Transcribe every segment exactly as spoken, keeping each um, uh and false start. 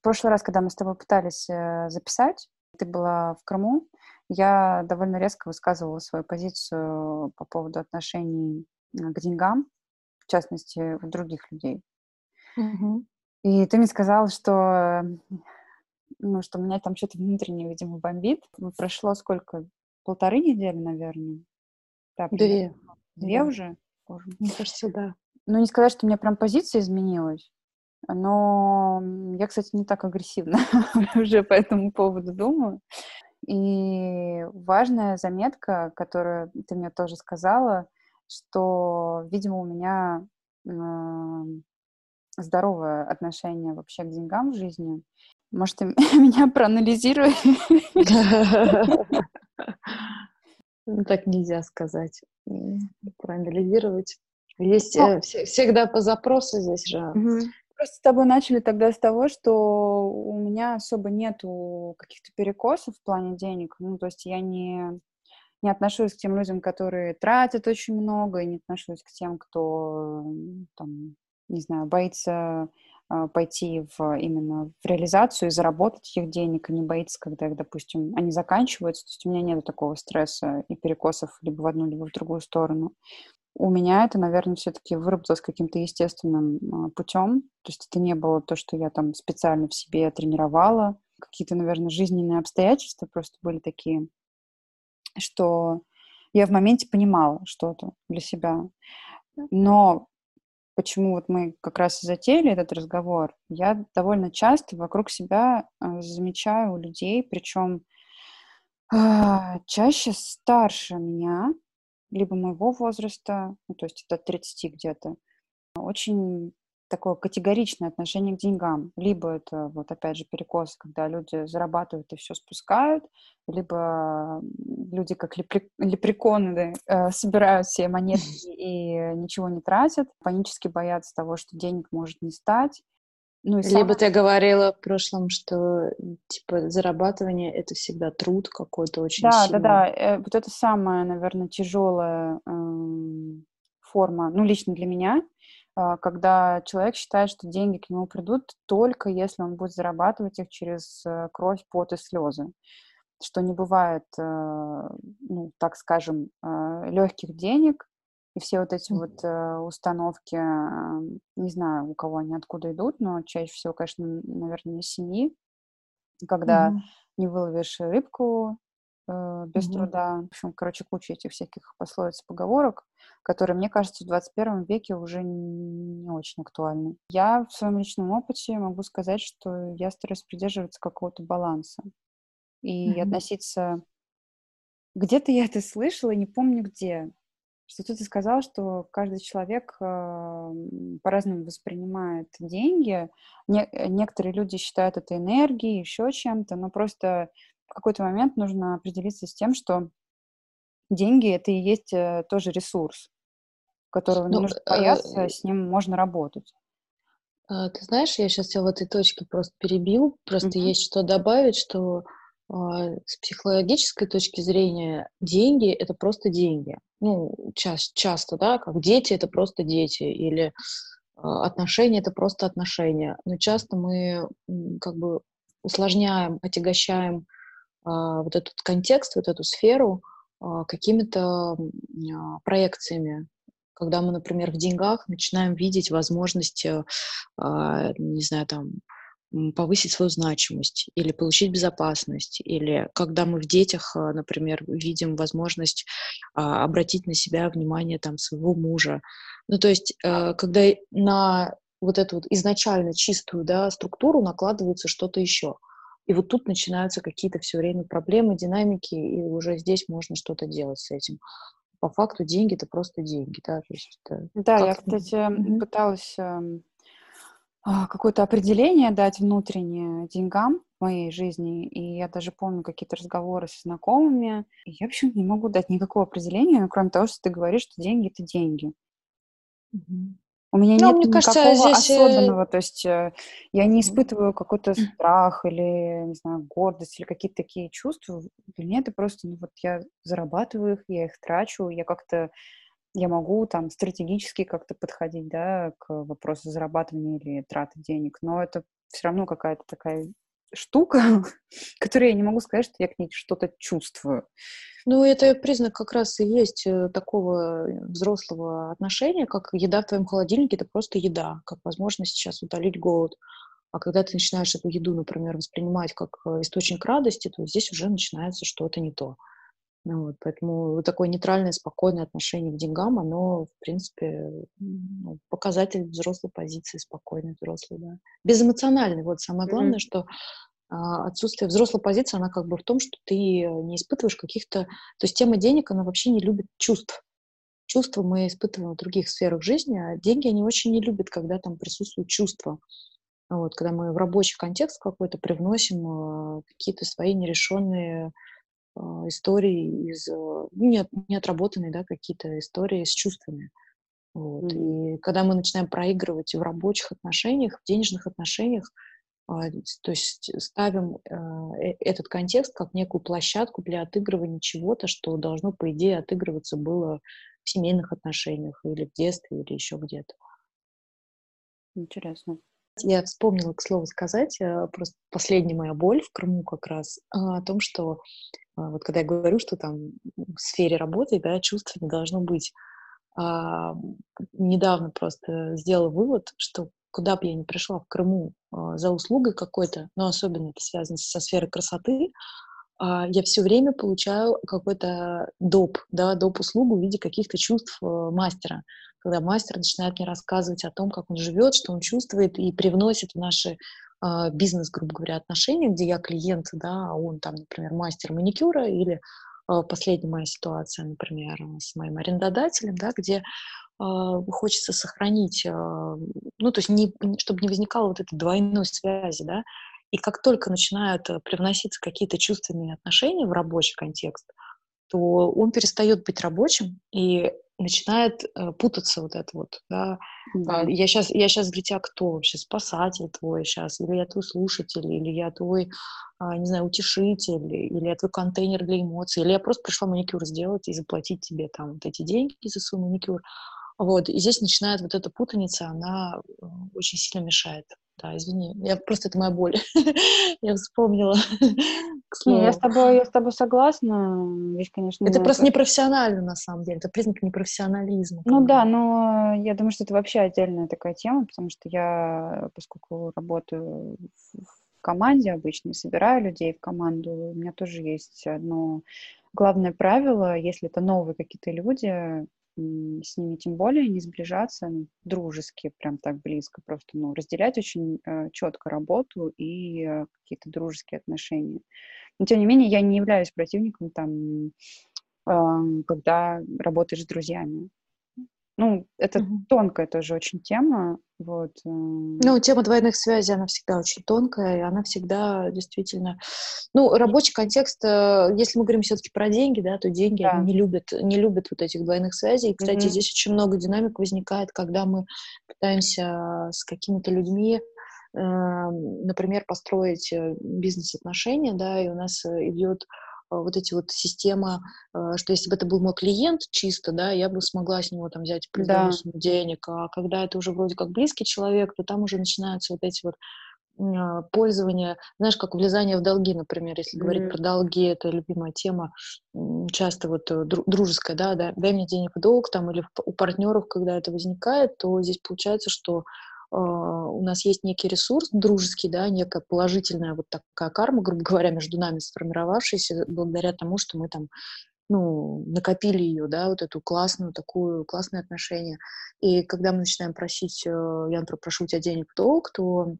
прошлый раз, когда мы с тобой пытались э, записать, ты была в Крыму, я довольно резко высказывала свою позицию по поводу отношений э, к деньгам, в частности, у других людей. Мгм. И ты мне сказала, что, э, ну, что меня там что-то внутренне, видимо, бомбит. Ну, Прошло сколько? Полторы недели, наверное. Да, примерно. Две. Две Да. уже? Боже мой. Мне кажется, да. Ну, не сказать, что у меня прям позиция изменилась, но м, я, кстати, не так агрессивно уже по этому поводу думаю. И важная заметка, которую ты мне тоже сказала, что, видимо, у меня м, здоровое отношение вообще к деньгам в жизни. Может, ты меня проанализируй? Ну, так нельзя сказать. М, Проанализировать. Есть Ну, э, все- всегда по запросу здесь же. мгм. Просто с тобой начали тогда с того, что у меня особо нету каких-то перекосов в плане денег. Ну, то есть я не, не отношусь к тем людям, которые тратят очень много, и не отношусь к тем, кто, м, там, не знаю, боится а, пойти в, именно в реализацию и заработать этих денег, и не боится, когда их, допустим, они заканчиваются. То есть у меня нет такого стресса и перекосов либо в одну, либо в другую сторону. У меня это, наверное, все-таки выработалось каким-то естественным а, путем. То есть это не было то, что я там специально в себе тренировала. Какие-то, наверное, жизненные обстоятельства просто были такие, что я в моменте понимала что-то для себя. Но почему вот мы как раз и затеяли этот разговор, я довольно часто вокруг себя а, замечаю у людей, причем а, чаще старше меня, либо моего возраста, ну, то есть это от тридцати где-то, очень такое категоричное отношение к деньгам. Либо это, вот опять же, перекос, когда люди зарабатывают и все спускают, либо м, люди, как лепре- лепреконы, да, э, собирают все монетки и ничего не тратят, панически боятся того, что денег может не стать. Ну и Либо самое... ты говорила в прошлом, что м, типа зарабатывание это всегда труд какой-то очень Да, да, сильный. да, э, вот это самая, наверное, тяжелая эм, форма, ну, лично для меня, а, когда человек считает, что деньги к нему придут только если он будет зарабатывать их через э, кровь, пот и слезы, что не бывает, э, ну, так скажем, легких денег, и все вот эти М. вот э, установки, э, не знаю, у кого они откуда идут, но чаще всего, конечно, наверное, из семьи, когда Мгм. не выловишь рыбку э, без Мгм. труда. В общем, короче, куча этих всяких пословиц, поговорок, которые, мне кажется, в двадцать первом веке уже не очень актуальны. Я в своем личном опыте могу сказать, что я стараюсь придерживаться какого-то баланса и Мгм. относиться... Где-то я это слышала, не помню где, что ты сказал, что каждый человек э, м, по-разному воспринимает деньги. Не- э, некоторые люди считают это энергией, еще чем-то, но просто в какой-то момент нужно определиться с тем, что деньги это и есть э, тоже ресурс, которого не Ну, нужно бояться, э, с ним можно работать. А, ты знаешь, я сейчас тебя в этой точке просто перебью. Просто Мгм. есть что добавить, что, а, с психологической точки зрения деньги — это просто деньги. Ну, час часто, да, как дети — это просто дети, или, а, отношения — это просто отношения. Но часто мы, м, как бы усложняем, отягощаем, а, вот этот контекст, вот эту сферу, а, какими-то, м, а, проекциями. Когда мы, например, в деньгах начинаем видеть возможности, а, не знаю, там, м, повысить свою значимость или получить безопасность, или когда мы в детях, а, например, видим возможность, а, обратить на себя внимание там своего мужа. Ну, то есть, э, когда и на вот эту вот изначально чистую, да, структуру накладывается что-то еще. И вот тут начинаются какие-то все время проблемы, динамики, и уже здесь можно что-то делать с этим. По факту деньги — это просто деньги, да, то есть это Да, я, как. кстати, Мгм. пыталась эм, а, какое-то определение дать внутреннее деньгам в моей жизни, и я даже помню какие-то разговоры со знакомыми, и я почему-то не могу дать никакого определения, ну, кроме того, что ты говоришь, что деньги — это деньги. Мгм. У меня Ну, нет мне кажется, никакого здесь, э, особенного, то есть э, я не м, испытываю какой-то страх или, не знаю, гордость или какие-то такие чувства. Для меня это просто, ну вот я зарабатываю их, я их трачу, я как-то, я могу там стратегически как-то подходить, да, к вопросу зарабатывания или траты денег, но это все равно какая-то такая штука, которую я не могу сказать, что я к ней что-то чувствую. Ну, это признак как раз и есть э, такого э, взрослого отношения, как еда в твоем холодильнике, это просто еда, как возможность сейчас утолить голод. А когда ты начинаешь эту еду, например, воспринимать как э, источник радости, то здесь уже начинается что-то не то. Ну вот, поэтому вот такое нейтральное, спокойное отношение к деньгам, оно, в принципе, м, ну, показатель взрослой позиции, спокойной взрослой, да. Безэмоциональный. Вот самое главное, Мгм. что а, отсутствие взрослой позиции, она как бы в том, что ты э, не испытываешь каких-то... То есть тема денег, она вообще не любит чувств. Чувства мы испытываем в других сферах жизни, а деньги, они очень не любят, когда там присутствуют чувства. Вот, когда мы в рабочий контекст какой-то привносим э, какие-то свои нерешенные э, истории из... э, ну, не, от- не отработанные, да, какие-то истории с чувствами. Вот. Мгм. И когда мы начинаем проигрывать в рабочих отношениях, в денежных отношениях, а, ц то есть ставим, а, э, этот контекст как некую площадку для отыгрывания чего-то, что должно, по идее, отыгрываться было в семейных отношениях или в детстве, или еще где-то. Интересно. Я вспомнила, к слову сказать, а, просто последняя моя боль в Крыму как раз, а, о том, что, а, вот когда я говорю, что там в сфере работы, да, чувств не должно быть. А, Недавно просто сделала вывод, что куда бы я ни пришла в Крыму, а, за услугой какой-то, но особенно это связано со сферой красоты, а, я все время получаю какой-то доп, да, доп-услугу в виде каких-то чувств, э, мастера. Когда мастер начинает мне рассказывать о том, как он живет, что он чувствует, и привносит в наши, а, бизнес, грубо говоря, отношения, где я клиент, да, а он там, например, мастер маникюра, или, а, последняя моя ситуация, например, с моим арендодателем, да, где, а, хочется сохранить, а, ну, то есть не чтобы не возникало вот этой двойной связи, да. И как только начинают, э, привноситься какие-то чувственные отношения в рабочий контекст, то он перестает быть рабочим и начинает, э, путаться вот это вот, да. А, Да. я сейчас я сейчас для тебя кто вообще? Спасатель твой сейчас, или я твой слушатель, или я твой, а, не знаю, утешитель, или я твой контейнер для эмоций, или я просто пришла маникюр сделать и заплатить тебе там вот эти деньги за свой маникюр. Вот, и здесь начинает вот эта путаница, она, э, очень сильно мешает. Да, извини, я просто это моя боль. Я вспомнила, к Не, я с слову. тобой я с тобой согласна. Здесь, Это конечно, просто п непрофессионально, на самом деле. Это признак непрофессионализма, ну когда... да, но я думаю, что это вообще отдельная такая тема, потому что я, поскольку работаю в в команде обычно и собираю людей в команду, у меня тоже есть одно главное правило: если это новые какие-то люди, м, с ними тем более не сближаться, ну, дружески, прям так близко, просто, ну, разделять очень, э, четко работу и, э, какие-то дружеские отношения. Но тем не менее я не являюсь противником там, ам, когда работаешь с друзьями. Ну, это Мгм. тонкая тоже очень тема. Вот, м, Ну, тема двойных связей, она всегда очень тонкая, и она всегда действительно... Ну, и рабочий контекст, э, если мы говорим все-таки про деньги, да, то деньги, они да, не любят, не любят вот этих двойных связей. И, кстати, мгм, здесь очень много динамик возникает, когда мы пытаемся с какими-то людьми, эм, например, построить э, бизнес-отношения, да, и у нас э, идет э, вот эти вот система, э, что если бы это был мой клиент чисто, да, я бы смогла с него там взять определенную да, сумму денег, а когда это уже вроде как близкий человек, то там уже начинаются вот эти вот м, а, пользования, знаешь, как влезание в долги, например, если говорить м, про долги, это любимая тема, м, часто вот э, дру- дружеская, да, да, дай мне денег в долг, там, или в п- у партнеров, когда это возникает, то здесь получается, что а, у нас есть некий ресурс дружеский, да, некая положительная вот такая карма, грубо говоря, между нами сформировавшаяся благодаря тому, что мы там, ну, накопили ее, да, вот эту классную такую, классные отношения. И когда мы начинаем просить, э, я, например, прошу у тебя денег в долг, то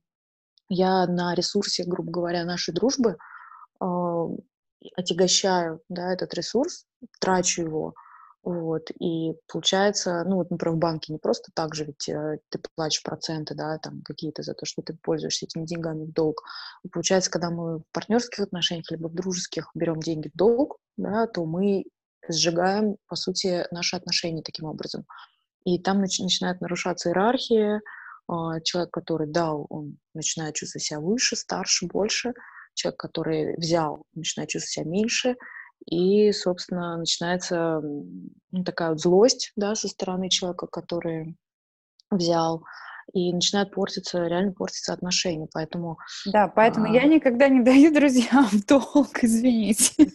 я на ресурсе, грубо говоря, нашей дружбы, а, отягощаю, да, этот ресурс, трачу его. Вот, и получается, ну, вот, например, в банке не просто так же, ведь э, ты платишь проценты, да, там какие-то за то, что ты пользуешься этими деньгами в долг. И получается, когда мы в партнерских отношениях либо в дружеских берем деньги в долг, да, то мы сжигаем, по сути, наши отношения таким образом. И там нач начинает нарушаться иерархия. А, человек, который дал, он начинает чувствовать себя выше, старше, больше. Человек, который взял, начинает чувствовать себя меньше. И, собственно, начинается, м, ну, такая вот злость, да, со стороны человека, который взял. и начинают портиться, реально портиться отношения, поэтому... Да, поэтому я а, никогда не даю друзьям в долг, извините.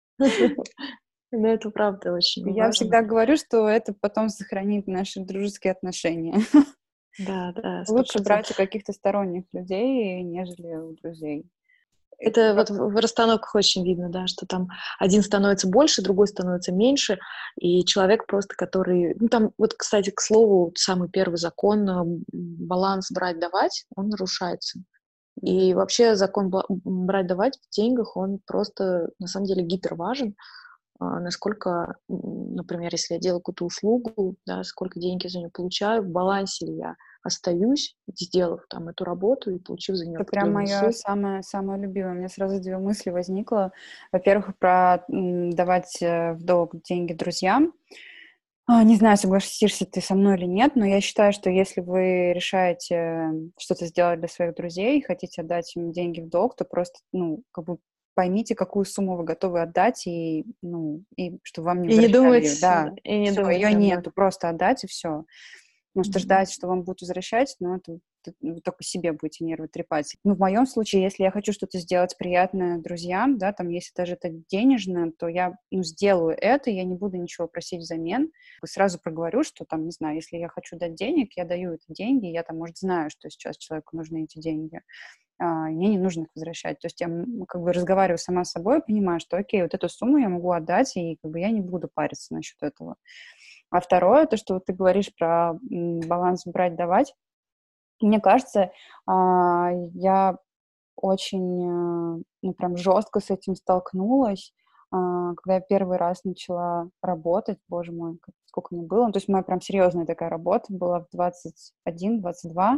Ну, это правда очень Я важно. всегда говорю, что это потом сохранит наши дружеские отношения. Да, да, сто Лучше процентов. брать у каких-то сторонних людей, нежели у друзей. Это Это про вот в в расстановках очень видно, да, что там один становится больше, другой становится меньше, и человек просто, который... Ну, там вот, кстати, к слову, самый первый закон, а, м, баланс брать-давать, он нарушается. Мгм. И вообще закон бла м, брать-давать в деньгах, он просто, на самом деле, гиперважен. А, насколько, м, например, если я делаю какую-то услугу, да, сколько денег я за нее получаю, в балансе ли я остаюсь, сделав там эту работу и получив за нее Это прям определенную моя сумму. самая самая любимая. У меня сразу две мысли возникло. Во-первых, про, м, давать, э, в долг деньги друзьям. А, не знаю, согласишься ты со мной или нет, но я считаю, что если вы решаете, м, что-то сделать для своих друзей, хотите отдать им деньги в долг, то просто, ну, как бы поймите, какую сумму вы готовы отдать, и, ну, и чтобы вам не И не возвращали ее. думать, Да, и не все, думать ее об этом. нету, просто отдать и все. Потому что Мгм. ждать, что вам будут возвращать, ну, это т вы только себе будете нервы трепать. Ну, в моем случае, если я хочу что-то сделать приятное друзьям, да, там, если даже это денежно, то я, ну, сделаю это, я не буду ничего просить взамен. Сразу проговорю, что там, не знаю, если я хочу дать денег, я даю эти деньги, я там, может, знаю, что сейчас человеку нужны эти деньги, а, и мне не нужно их возвращать. То есть я, м, как бы разговариваю сама с собой, понимаю, что окей, вот эту сумму я могу отдать, и как бы я не буду париться насчет этого. А второе, то, что вот ты говоришь про, м, баланс брать-давать. Мне кажется, а, я очень, э, ну, прям жестко с этим столкнулась, а, когда я первый раз начала работать. Боже мой, как сколько мне было. Ну, то есть моя прям серьезная такая работа была в двадцать один двадцать два.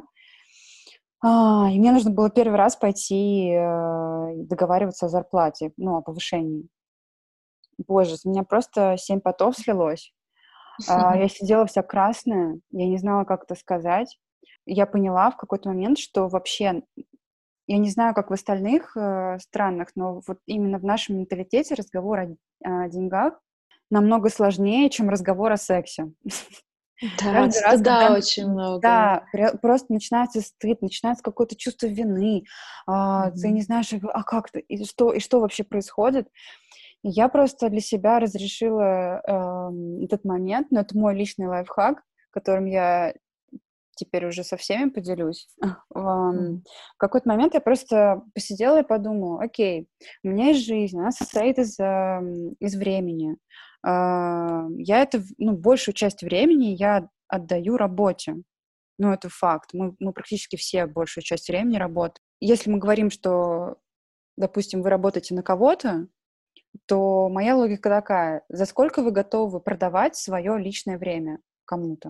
А, и мне нужно было первый раз пойти, э, и договариваться о зарплате, ну, о повышении. Боже, с меня просто семь потов слилось. А, я сидела вся красная, я не знала, как это сказать. Я поняла в какой-то момент, что вообще, я не знаю, как в остальных, э, странах, но вот именно в нашем менталитете разговор о о деньгах намного сложнее, чем разговор о сексе. Да, Каждый раз, когда стыда н очень много. да, пря просто начинается стыд, начинается какое-то чувство вины. А, ты не Мгм. знаешь, а а как ты, и что и что вообще происходит. И я просто для себя разрешила, эм, этот момент, но это мой личный лайфхак, которым я теперь уже со всеми поделюсь. Ам, Мгм. в какой-то момент я просто посидела и подумала: окей, у меня есть жизнь, она состоит из, ам, из времени. А, я это, в ну, большую часть времени я отдаю работе. Ну, это факт. Мы мы практически все большую часть времени работаем. Если мы говорим, что, допустим, вы работаете на кого-то, то моя логика такая: за сколько вы готовы продавать свое личное время кому-то?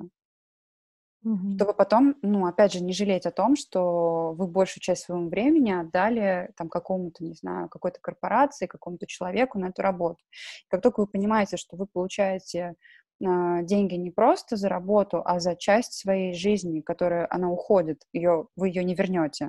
Мгм. Чтобы потом, ну, опять же, не жалеть о том, что вы большую часть своего времени отдали там какому-то, не знаю, какой-то корпорации, какому-то человеку на эту работу. Как только вы понимаете, что вы получаете, а, деньги не просто за работу, а за часть своей жизни, которая она уходит, ее вы ее не вернете,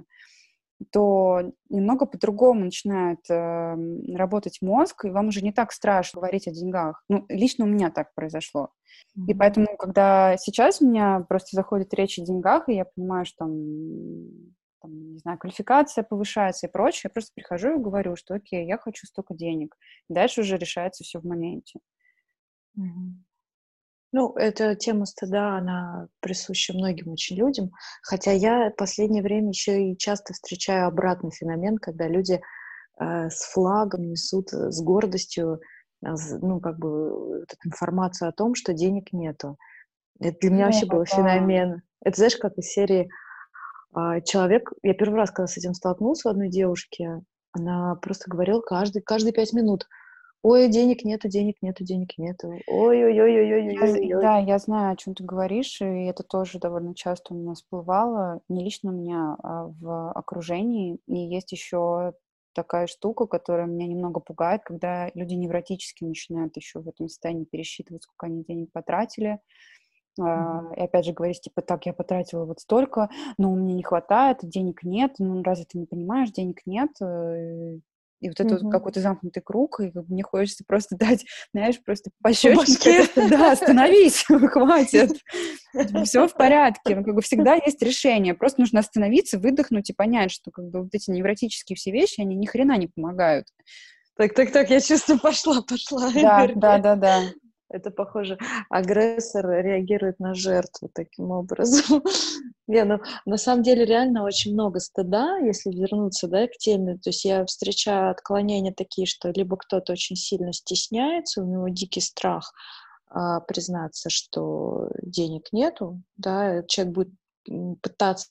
то немного по-другому начинает, эм, работать мозг, и вам уже не так страшно говорить о деньгах. Ну, лично у меня так произошло. И Мгм. поэтому, когда сейчас у меня просто заходит речь о деньгах, и я понимаю, что там, там, не знаю, квалификация повышается и прочее, я просто прихожу и говорю, что окей, я хочу столько денег. Дальше уже решается все в моменте. Мгм. Ну, эта тема стыда, она присуща многим очень людям. Хотя я в последнее время еще и часто встречаю обратный феномен, когда люди э, с флагом несут, э, с гордостью, а, з- ну, как бы, э, вот эту информацию о том, что денег нету. Это для меня Ну вообще был да. феномен. Это, знаешь, как из серии а, человек... Я первый раз, когда с этим столкнулась у одной девушки, она просто говорила каждый, каждые пять минут: «Ой, денег нету, денег нету, денег нету. Я з Ой-ой-ой-ой-ой-ой-ой». да, я знаю, о чем ты говоришь, и это тоже довольно часто у меня всплывало. Не лично у меня, а в окружении. И есть еще такая штука, которая меня немного пугает, когда люди невротически начинают еще в этом состоянии пересчитывать, сколько они денег потратили. А, Мгм. и опять же говорить, типа: «Так, я потратила вот столько, но мне не хватает, денег нет». Ну, разве ты не понимаешь, денег нет, э И вот это вот Мгм. какой-то замкнутый круг, и как бы мне хочется просто дать, знаешь, просто По пощечину, башке. сказать, оста да, остановись, хватит, всё в порядке. Ну, как бы всегда есть решение. Просто нужно остановиться, выдохнуть и понять, что как бы вот эти невротические все вещи, они ни хрена не помогают. Так так так, я чувствую, пошла пошла Да, энергия. да-да-да. Это похоже, агрессор реагирует на жертву таким образом. Не, ну, на самом деле реально очень много стыда, если вернуться, да, к теме. То есть я встречаю отклонения такие, что либо кто-то очень сильно стесняется, у него дикий страх, а, признаться, что денег нету, да, человек будет, м, пытаться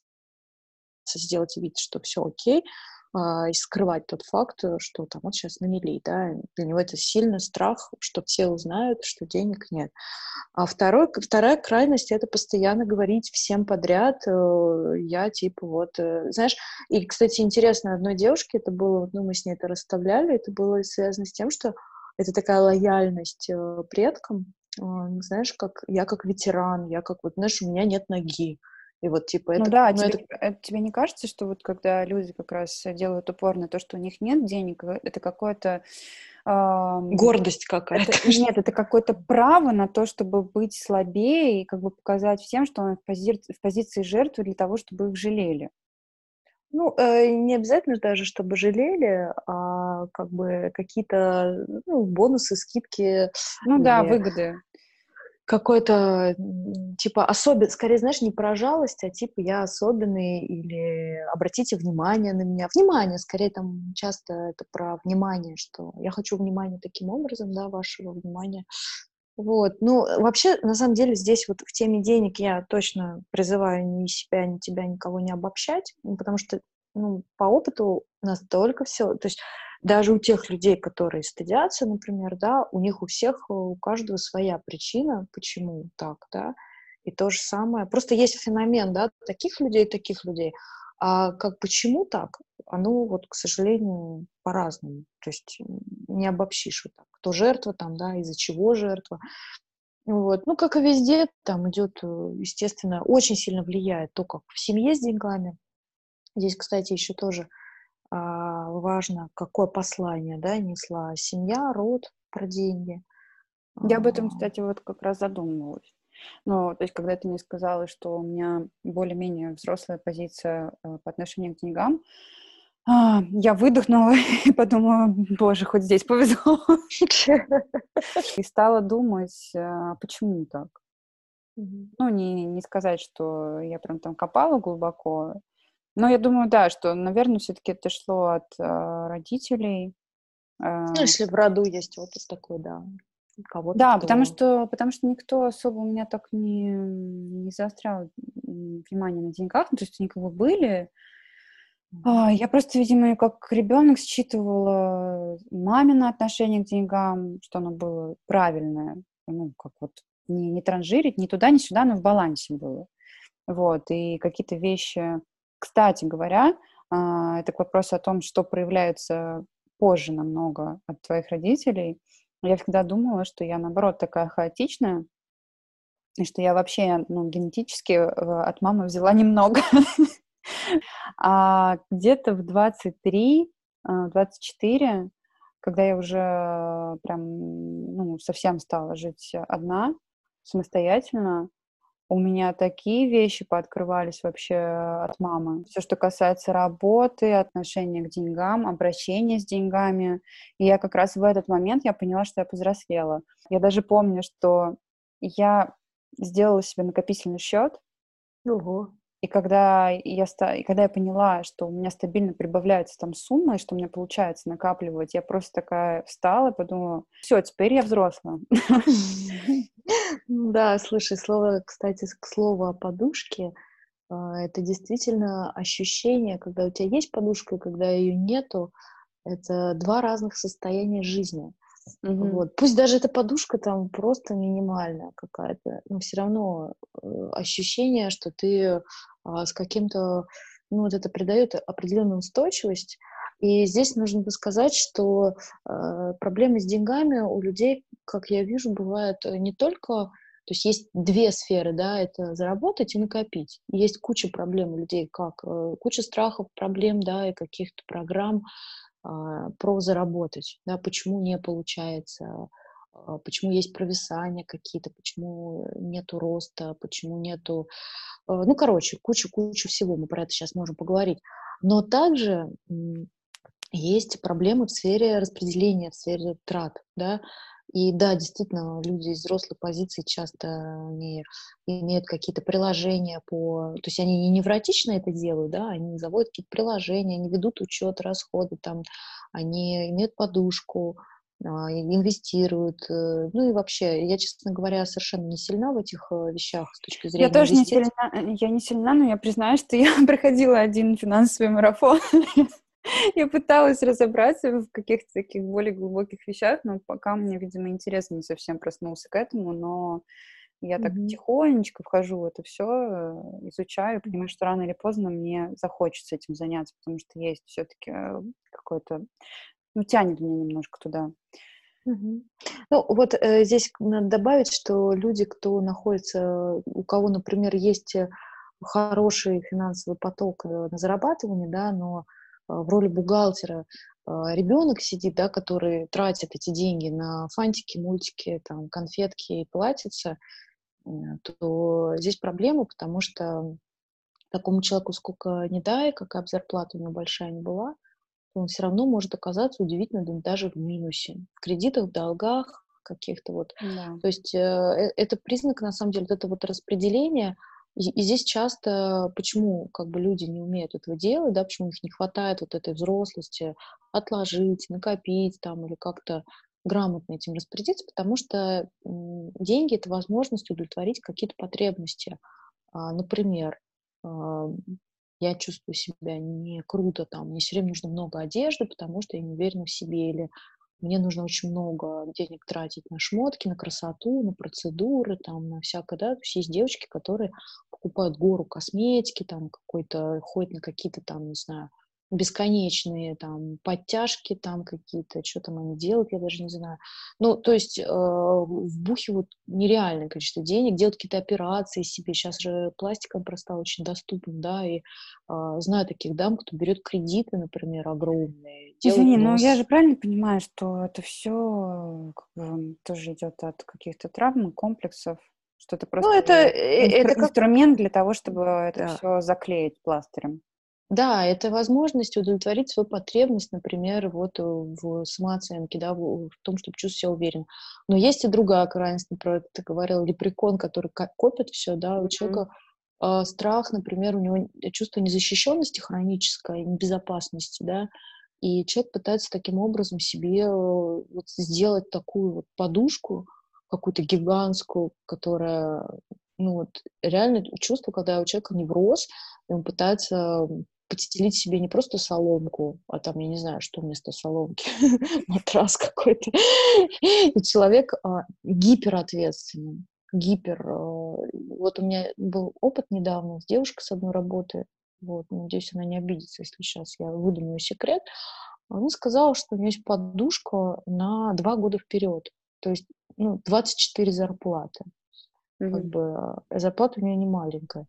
сделать вид, что все окей, а, и скрывать тот факт, э, что там вот сейчас на мели, да. Для него это сильный страх, что все узнают, что денег нет. А второй к вторая крайность — это постоянно говорить всем подряд, э, я типа вот, э, знаешь. И, кстати, интересно, одной девушке это было, вот, ну, мы с ней это расставляли, это было связано с тем, что это такая лояльность, э, предкам. А, ну, знаешь, как я как ветеран, я как вот, знаешь, у меня нет ноги. И вот типа Ну это, да, ну, тебе это не э, тебе не кажется, что вот когда люди как раз делают упор на то, что у них нет денег, э, это какое-то, ам, гордость какая-то, это что нет, это какое-то право на то, чтобы быть слабее и как бы показать всем, что он в пози в позиции жертвы для того, чтобы их жалели. Ну, э, не обязательно даже, чтобы жалели, а как бы какие-то, ну, бонусы, скидки Ну да, или выгоды. какой-то, м, типа, особен скорее, знаешь, не про жалость, а типа я особенный или обратите внимание на меня. Внимание, скорее, там часто это про внимание, что я хочу внимания таким образом, да, вашего внимания. Вот. Ну, вообще, на самом деле, здесь вот в теме денег я точно призываю ни себя, ни тебя, никого не обобщать, ну, потому что, ну, по опыту настолько все, то есть даже у тех людей, которые стыдятся, например, да, у них у всех, э, у каждого своя причина, почему так, да, и то же самое. Просто есть феномен, да, таких людей, таких людей, а как почему так, оно вот, к сожалению, по-разному. То есть м, не обобщишь вот так. Кто жертва там, да, из-за чего жертва. Вот. Ну, как и везде, там идет, э, естественно, очень сильно влияет то, как в семье с деньгами. Здесь, кстати, еще тоже а, важно, какое послание, да, несла семья, род про деньги. А, Я об этом, кстати, вот как раз задумывалась. Ну, то есть, когда ты мне сказала, что у меня более-менее взрослая позиция, э, по отношению к деньгам, а, я выдохнула и подумала: "Боже, хоть здесь повезло". И стала думать, а, почему так. Мгм. Ну, не не сказать, что я прям там копала глубоко, но я думаю, да, что, наверное, все таки это шло от, а, родителей. Ну, А, если в роду есть вот такой, да, кого-то, да, потому кто... что потому что никто особо у меня так не не заострял, м, внимание на деньгах. Ну, то есть они как бы были. Мгм. А, я просто, видимо, как ребенок считывала мамино отношение к деньгам, что оно было правильное. Ну, как вот не не транжирить ни туда, ни сюда, но в балансе было. Вот, и какие-то вещи. Кстати говоря, а, это к вопросу о том, что проявляется позже намного от твоих родителей. Я всегда думала, что я, наоборот, такая хаотичная, и что я вообще, ну, генетически, э, от мамы взяла немного. А где-то в двадцать три, а, двадцать четыре, когда я уже э, прям, ну, совсем стала жить одна, самостоятельно, у меня такие вещи пооткрывались вообще от мамы. Все, что касается работы, отношения к деньгам, обращения с деньгами. И я как раз в этот момент я поняла, что я повзрослела. Я даже помню, что я сделала себе накопительный счет, Ого. и когда я ста и когда я поняла, что у меня стабильно прибавляется там сумма, и что у меня получается накапливать, я просто такая встала и подумала: "Всё, теперь я взрослая". Ну да, слушай, слово, кстати, с к слову о подушке, а, это действительно ощущение, когда у тебя есть подушка и когда ее нету. Это два разных состояния жизни. Мгм. Вот. Пусть даже эта подушка там просто минимальная какая-то, но все равно, э, ощущение, что ты, а, с каким-то, ну, вот это придает определенную устойчивость. И здесь нужно бы сказать, что, э, проблемы с деньгами у людей, как я вижу, бывают, э, не только То есть есть две сферы, да, это заработать и накопить. Есть куча проблем у людей, как э, куча страхов, проблем, да, и каких-то программ а, про заработать, да, почему не получается, а, почему есть провисания какие-то, почему нету роста, почему нету... э, Ну, короче, куча-куча всего, мы про это сейчас можем поговорить. Но также м, есть проблемы в сфере распределения, в сфере трат, да. И да, действительно, люди из взрослой позиции часто не имеют какие-то приложения по... То есть они не невротично это делают, да, они заводят какие-то приложения, они ведут учет, расходы, там, они имеют подушку, а, и инвестируют. э, Ну и вообще, я, честно говоря, совершенно не сильна в этих э, вещах с точки Я зрения тоже не инвестиций. сильна, э, я не сильна, но я признаю, что я проходила один финансовый марафон. Я пыталась разобраться в каких-то таких более глубоких вещах, но пока у меня, видимо, интерес не совсем проснулся к этому, но я так Мгм. тихонечко вхожу в это все, изучаю, понимаю, Мгм. что рано или поздно мне захочется этим заняться, потому что есть все-таки какой-то, ну, тянет меня немножко туда. Мгм. Ну, вот, э, здесь к надо добавить, что люди, кто находится, у кого, например, есть, э, хороший финансовый поток, э, на зарабатывание, да, но, э, в роли бухгалтера, а, ребенок сидит, да, который тратит эти деньги на фантики, мультики, там, конфетки и платьица, м, то здесь проблема, потому что такому человеку сколько ни дай, какая бы зарплата у него большая ни была, он все равно может оказаться удивительно д даже в минусе, в кредитах, в долгах каких-то вот. Да. То есть, э, э, это признак, на самом деле, вот это вот распределение. И и здесь часто почему как бы люди не умеют этого делать, да, почему их не хватает вот этой взрослости отложить, накопить там или как-то грамотно этим распорядиться, потому что, м, деньги — это возможность удовлетворить какие-то потребности. А, например, ам, я чувствую себя не круто, там, мне все время нужно много одежды, потому что я не уверена в себе, или мне нужно очень много денег тратить на шмотки, на красоту, на процедуры, там, на всякое, да. То есть есть девочки, которые покупают гору косметики, там, какой-то, ходят на какие-то там, не знаю, бесконечные там подтяжки там какие-то, что там они делают, я даже не знаю. Ну, то есть, э, вбухивают нереальное количество денег, делают какие-то операции себе. Сейчас же пластик, он просто стал очень доступен, да, и а, знаю таких дам, кто берет кредиты, например, огромные, делает Извини, но я же нос. правильно понимаю, что это все как бы тоже идет от каких-то травм и комплексов, что это Ну, просто это, э, инстру это как... инструмент для того, чтобы это Да. все заклеить пластырем? Да, это возможность удовлетворить свою потребность, например, вот, э, в самооценке, да, в, в том, чтобы чувствовать себя уверенно. Но есть и другая крайность, например, ты говорил, лепрекон, который ко- копит все, да, у Мгм. человека а, страх, например, у него чувство незащищенности хронической, небезопасности, да, и человек пытается таким образом себе э, вот сделать такую вот подушку, какую-то гигантскую, которая, ну вот, реально чувство, когда у человека невроз, и он пытается подстелить себе не просто соломку, а там, я не знаю, что вместо соломки, матрас какой-то. И человек а, гиперответственный, гипер. а, Вот у меня был опыт недавно с девушкой с одной работы, вот, надеюсь, она не обидится, если сейчас я выдам ее секрет. Она сказала, что у нее есть подушка на два года вперед, то есть, ну, двадцать четыре зарплаты. Как Мгм. бы а, зарплата у нее не маленькая.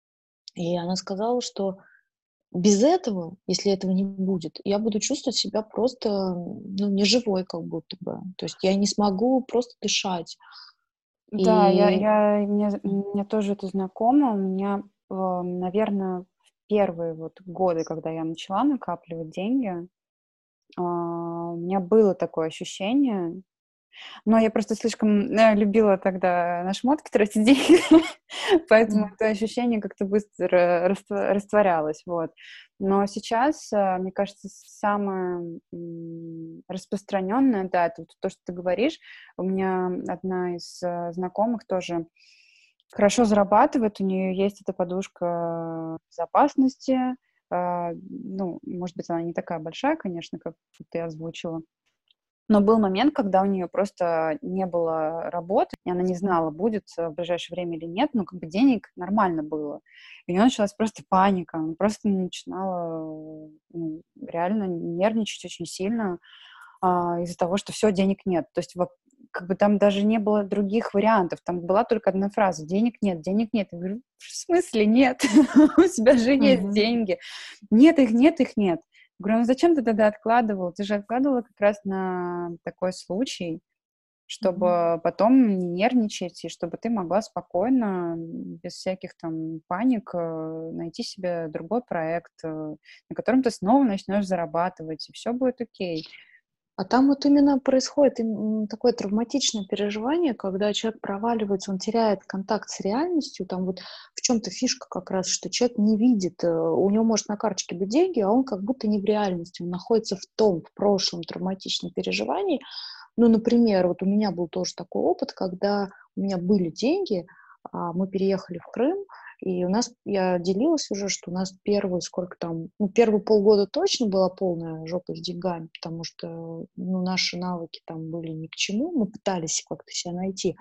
И она сказала, что без этого, если этого не будет, я буду чувствовать себя просто, ну, неживой как будто бы. То есть я не смогу просто дышать. Да, я И я мне м, мне тоже это знакомо. У меня, наверное, в первые вот годы, когда я начала накапливать деньги, а, у меня было такое ощущение. Но я просто слишком, э, любила тогда на шмотки тратить деньги, поэтому мгм, это ощущение как-то быстро раства растворялось, вот. Но сейчас, э, мне кажется, самое, м, распространённое, да, это вот то, что ты говоришь. У меня одна из, э, знакомых тоже хорошо зарабатывает, у неё есть эта подушка безопасности. А, ну, может быть, она не такая большая, конечно, как ты озвучила. Но был момент, когда у нее просто не было работы, и она не знала, будет э, в ближайшее время или нет, но как бы денег нормально было. И у нее началась просто паника, она просто начинала, ну, реально нервничать очень сильно, а, из-за того, что все денег нет. То есть воп как бы там даже не было других вариантов, там была только одна фраза: денег нет, денег нет. Я говорю: в смысле нет? У тебя же есть Мгм. деньги. Нет, их нет, их нет. Я говорю: ну зачем ты тогда откладывал? Ты же откладывала как раз на такой случай, Мгм. чтобы потом не нервничать, и чтобы ты могла спокойно, м, без всяких там паник, э, найти себе другой проект, э, на котором ты снова начнешь зарабатывать, и все будет окей. А там вот именно происходит им- м, такое травматичное переживание, когда человек проваливается, он теряет контакт с реальностью. Там вот в чем-то фишка как раз, что человек не видит, э, у него может на карточке быть деньги, а он как будто не в реальности, он находится в том, в прошлом травматичном переживании. Ну, например, вот у меня был тоже такой опыт, когда у меня были деньги, а, мы переехали в Крым, и у нас, я делилась уже, что у нас первые, сколько там, ну, первые полгода точно была полная жопа с деньгами, потому что, ну, наши навыки там были ни к чему, мы пытались как-то себя найти.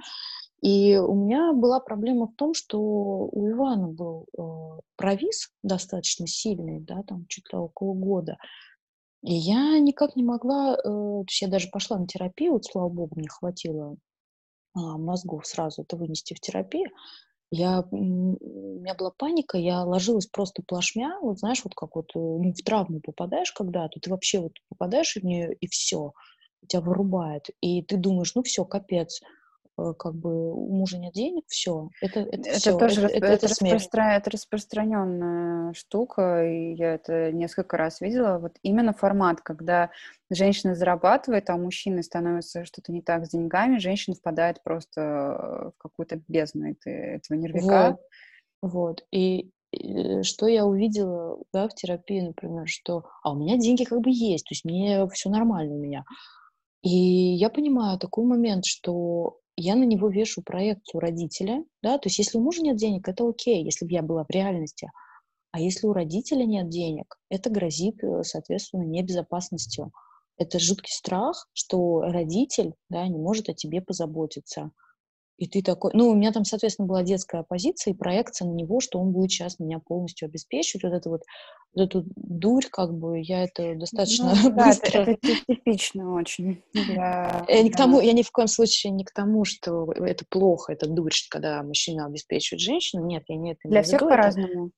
И у меня была проблема в том, что у Ивана был э, провис достаточно сильный, да, там чуть ли около года, и я никак не могла, э, то есть я даже пошла на терапию, вот, слава богу, мне хватило а, мозгов сразу это вынести в терапию. Я, м, у меня была паника, я ложилась просто плашмя, вот знаешь, вот как вот, э, ну, в травму попадаешь когда-то, ты вообще вот попадаешь в нее, и все, тебя вырубает, и ты думаешь, ну все, капец, э, как бы у мужа нет денег, все, это, это Это все, тоже это, расп- это, это это смерть. распростра- это распространенная штука, и я это несколько раз видела. Вот именно формат, когда женщина зарабатывает, а у мужчины становится что-то не так с деньгами, женщина впадает просто в какую-то бездну это- этого нервика. Вот, вот. И, э, что я увидела, да, в терапии, например, что, а у меня деньги как бы есть, то есть мне все нормально у меня. И я понимаю такой момент, что я на него вешу проекцию родителя, да, то есть если у мужа нет денег, это окей, если бы я была в реальности. А если у родителя нет денег, это грозит, э, соответственно, небезопасностью. Это жуткий страх, что родитель, да, не может о тебе позаботиться. И ты такой, ну, у меня там, соответственно, была детская позиция и проекция на него, что он будет сейчас меня полностью обеспечивать. Вот это вот, вот эту дурь, как бы, я это достаточно Ну да, это, быстро. это ти- типично очень для, Я не к для тому, нас. я ни в коем случае не к тому, что это плохо, это дурь, когда мужчина обеспечивает женщину. Нет, я не это Для имею в всех виду. Это по-разному.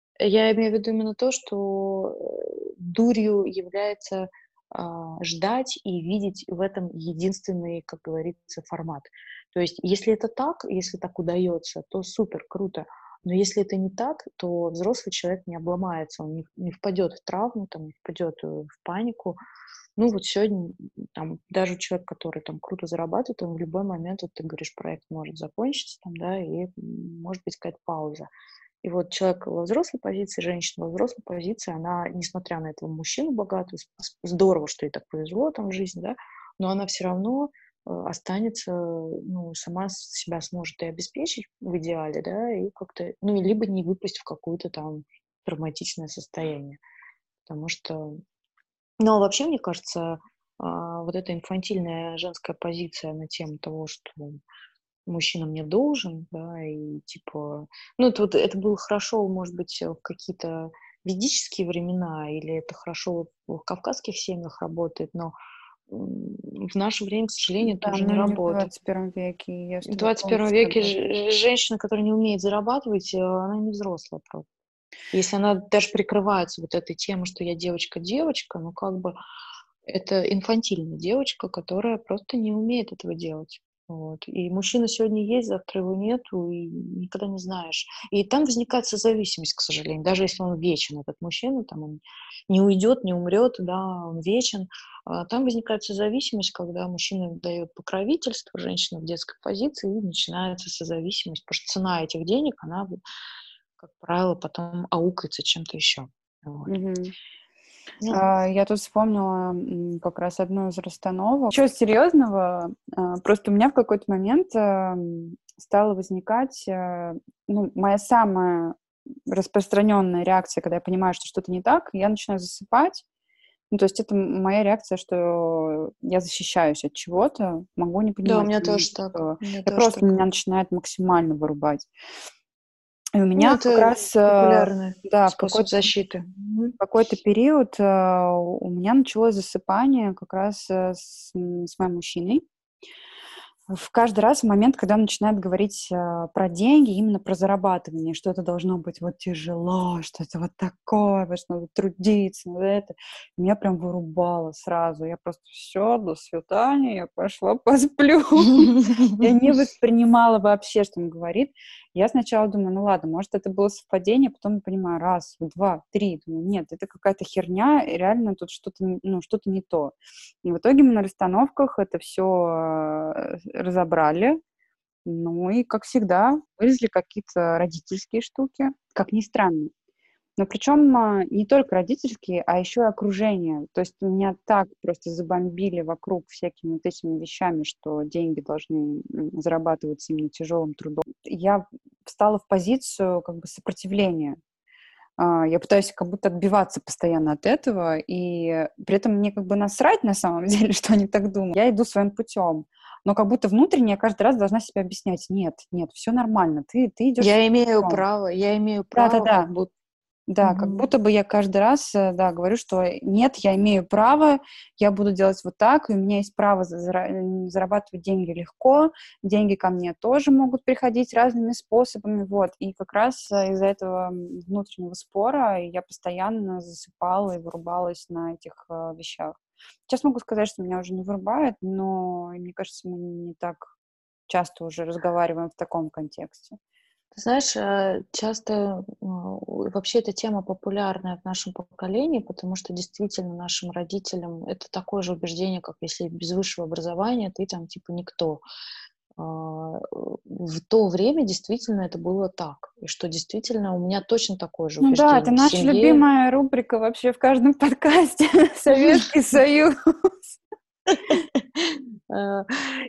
я имею в виду именно то, что э, дурью является а, ждать и видеть в этом единственный, как говорится, формат. То есть, если это так, если так удается, то супер, круто. Но если это не так, то взрослый человек не обломается, он не, не впадет в травму, там, не впадет э, в панику. Ну вот сегодня там даже человек, который там круто зарабатывает, он в любой момент, вот ты говоришь, проект может закончиться, там, да, и м, может быть какая-то пауза. И вот человек во взрослой позиции, женщина во взрослой позиции, она, несмотря на этого мужчину богатого, с- с- здорово, что ей так повезло там в жизни, да, но она все равно э, останется, ну, сама с- себя сможет и обеспечить в идеале, да, и как-то, ну, и либо не выпасть в какое-то там травматичное состояние. Потому что, ну, а вообще, мне кажется, а, вот эта инфантильная женская позиция на тему того, что мужчина мне должен, да, и типа, ну, это вот, это было хорошо, может быть, э, в какие-то ведические времена, или это хорошо в кавказских семьях работает, но м, в наше время, к сожалению, это Да, уже не но не в работает. двадцать первом веке, я с В тобой двадцать первом полностью веке согласна. ж- женщина, которая не умеет зарабатывать, э, она не взрослая просто. Если она даже прикрывается вот этой темой, что я девочка-девочка, ну, как бы это инфантильная девочка, которая просто не умеет этого делать. Вот. И мужчина сегодня есть, завтра его нету, и никогда не знаешь. И там возникает созависимость, к сожалению. Даже если он вечен, этот мужчина, там он не уйдет, не умрет, да, он вечен. А там возникает созависимость, когда мужчина дает покровительство, женщина в детской позиции, и начинается созависимость, потому что цена этих денег, она, как правило, потом аукается чем-то еще. Вот. Мгм. Ну, А, Я тут вспомнила м, как раз одну из расстановок. Ничего серьезного, а, просто у меня в какой-то момент ам, стала возникать, э, ну, моя самая распространенная реакция, когда я понимаю, что что-то не так, я начинаю засыпать. Ну, то есть это м- моя реакция, что я защищаюсь от чего-то, могу не да, у понимать, меня м, тоже так. что У меня я тоже просто так. меня начинает максимально вырубать. И у Ну, меня как это раз, э, популярный да, в способ какой-то защиты. Мгм. в какой-то период, э, у меня началось засыпание как раз, э, с м, с моим мужчиной. в каждый раз в момент, когда он начинает говорить э, про деньги, именно про зарабатывание, что это должно быть вот тяжело, что это вот такое, вот что надо трудиться, надо это, меня прям вырубало сразу. Я просто все, до свидания, я пошла посплю. Я не воспринимала вообще, что он говорит. Я сначала думаю, ну ладно, может, это было совпадение, потом понимаю, раз, два, три. Думаю, нет, это какая-то херня, и реально тут что-то, не- ну, что-то не то. И в итоге мы на расстановках это все разобрали. Ну и, как всегда, вылезли какие-то родительские штуки, как ни странно. Но причем а, не только родительские, а еще и окружение. То есть меня так просто забомбили вокруг всякими вот этими вещами, что деньги должны м, зарабатываться именно тяжелым трудом. Я встала в позицию как бы сопротивления. А, Я пытаюсь как будто отбиваться постоянно от этого, и при этом мне как бы насрать на самом деле, что они так думают. Я иду своим путем. Но как будто внутренне я каждый раз должна себе объяснять, нет, нет, все нормально, ты, ты идешь Я своим имею путем. право, я имею право, Да-да-да. как будто... Да, как Мгм. будто бы я каждый раз, э, да, говорю, что нет, я имею право, я буду делать вот так, и у меня есть право за- зара- м, зарабатывать деньги легко, деньги ко мне тоже могут приходить разными способами, вот. И как раз э, из-за этого м, внутреннего спора я постоянно засыпала и вырубалась на этих э, вещах. Сейчас могу сказать, что меня уже не вырубает, но мне кажется, мы не так часто уже разговариваем в таком контексте. Ты знаешь, э, часто э, вообще эта тема популярная в нашем поколении, потому что действительно нашим родителям это такое же убеждение, как если без высшего образования ты там типа никто. А, В то время действительно это было так. И что действительно у меня точно такое же Ну да, это убеждение в наша семье. любимая рубрика вообще в каждом подкасте «Советский Союз». Э,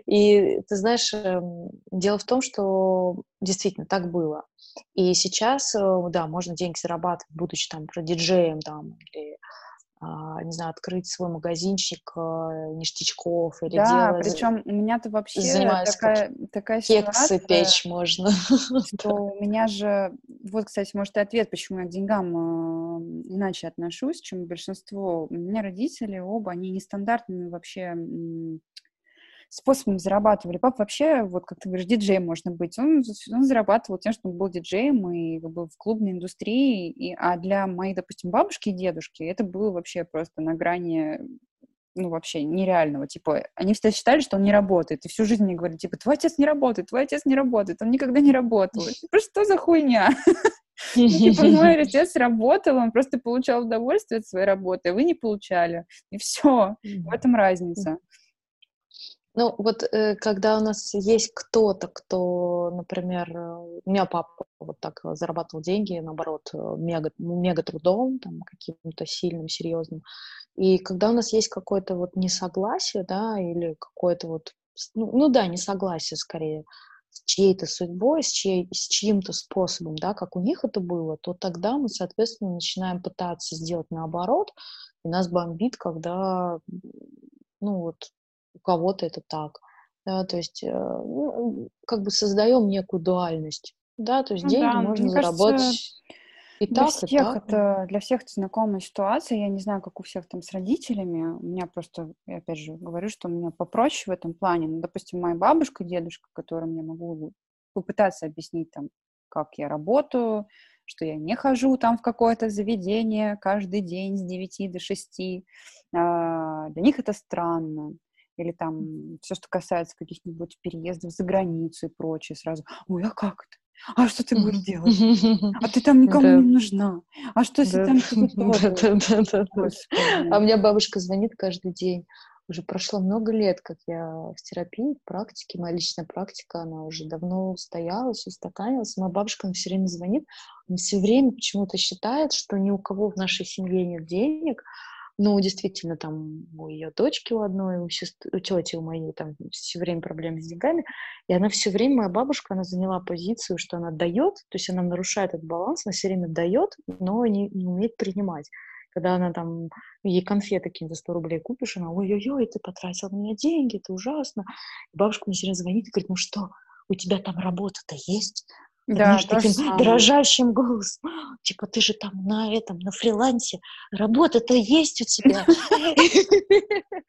И ты знаешь, эм, дело в том, что действительно так было. И сейчас, э, да, можно деньги зарабатывать, будучи там продиджеем там или, а, не знаю, открыть свой магазинчик э, ништячков или Да, делать, з- причем у меня-то вообще занимаясь как такая, такая кексы ситуация, печь можно. что у меня же... Вот, кстати, может, и ответ, почему я к деньгам а, иначе отношусь, чем большинство. У меня родители оба, они нестандартными вообще м, способом зарабатывали. Папа вообще, вот как ты говоришь, диджеем можно быть. Он, он зарабатывал тем, что он был диджеем и как бы в клубной индустрии. И, а для моей, допустим, бабушки и дедушки это было вообще просто на грани, ну, вообще нереального. Типа, они всегда считали, что он не работает. И всю жизнь мне говорили, типа, твой отец не работает, твой отец не работает, он никогда не работал. Типа, что за хуйня? Ну, типа, мой отец работал, он просто получал удовольствие от своей работы, а вы не получали. И все. В Мгм. этом разница. Ну, вот, э, когда у нас есть кто-то, кто, например, э, у меня папа вот так э, зарабатывал деньги, наоборот, э, мега, мега трудом, там, каким-то сильным, серьезным. И когда у нас есть какое-то вот несогласие, да, или какое-то вот, с- ну, ну да, несогласие скорее с чьей-то судьбой, с, чьей, с чьим-то способом, да, как у них это было, то тогда мы, соответственно, начинаем пытаться сделать наоборот, и нас бомбит, когда, м, ну вот, у кого-то это так. Да, то есть, э, ну, как бы создаем некую дуальность. Да, то есть Ну деньги да, можно мне кажется, заработать и для так, и всех так. это, для всех это знакомая ситуация. Я не знаю, как у всех там с родителями. У меня просто, я опять же говорю, что у меня попроще в этом плане. Ну, допустим, моя бабушка, дедушка, которым я могу попытаться объяснить там, как я работаю, что я не хожу там в какое-то заведение каждый день с девяти до шести. А, для них это странно. Или там все, что касается каких-нибудь переездов за границу и прочее, сразу, ой, а как это? А что ты будешь делать? А ты там никому не Да, нужна. А что, если да, там то-то, то-то? да-да-да-да-да. А Господи. у меня бабушка звонит каждый день. Уже прошло много лет, как я в терапии, в практике. Моя личная практика, она уже давно устоялась, устаканилась. Моя бабушка, она все время звонит. Она все время почему-то считает, что ни у кого в нашей семье нет денег. Ну, действительно, там у ее дочки у одной, у, сестры, у тети у моей там все время проблемы с деньгами. И она все время, моя бабушка, она заняла позицию, что она дает, то есть она нарушает этот баланс, она все время дает, но не, не умеет принимать. Когда она там, ей конфеты какие-то за сто рублей купишь, она, ой-ой-ой, ты потратил на меня деньги, это ужасно. И бабушка мне все время звонит и говорит, ну что, у тебя там работа-то есть? Так, Да, знаешь, то же таким самое. дрожащим голосом. Типа, ты же там на этом, на фрилансе, работа-то есть у тебя.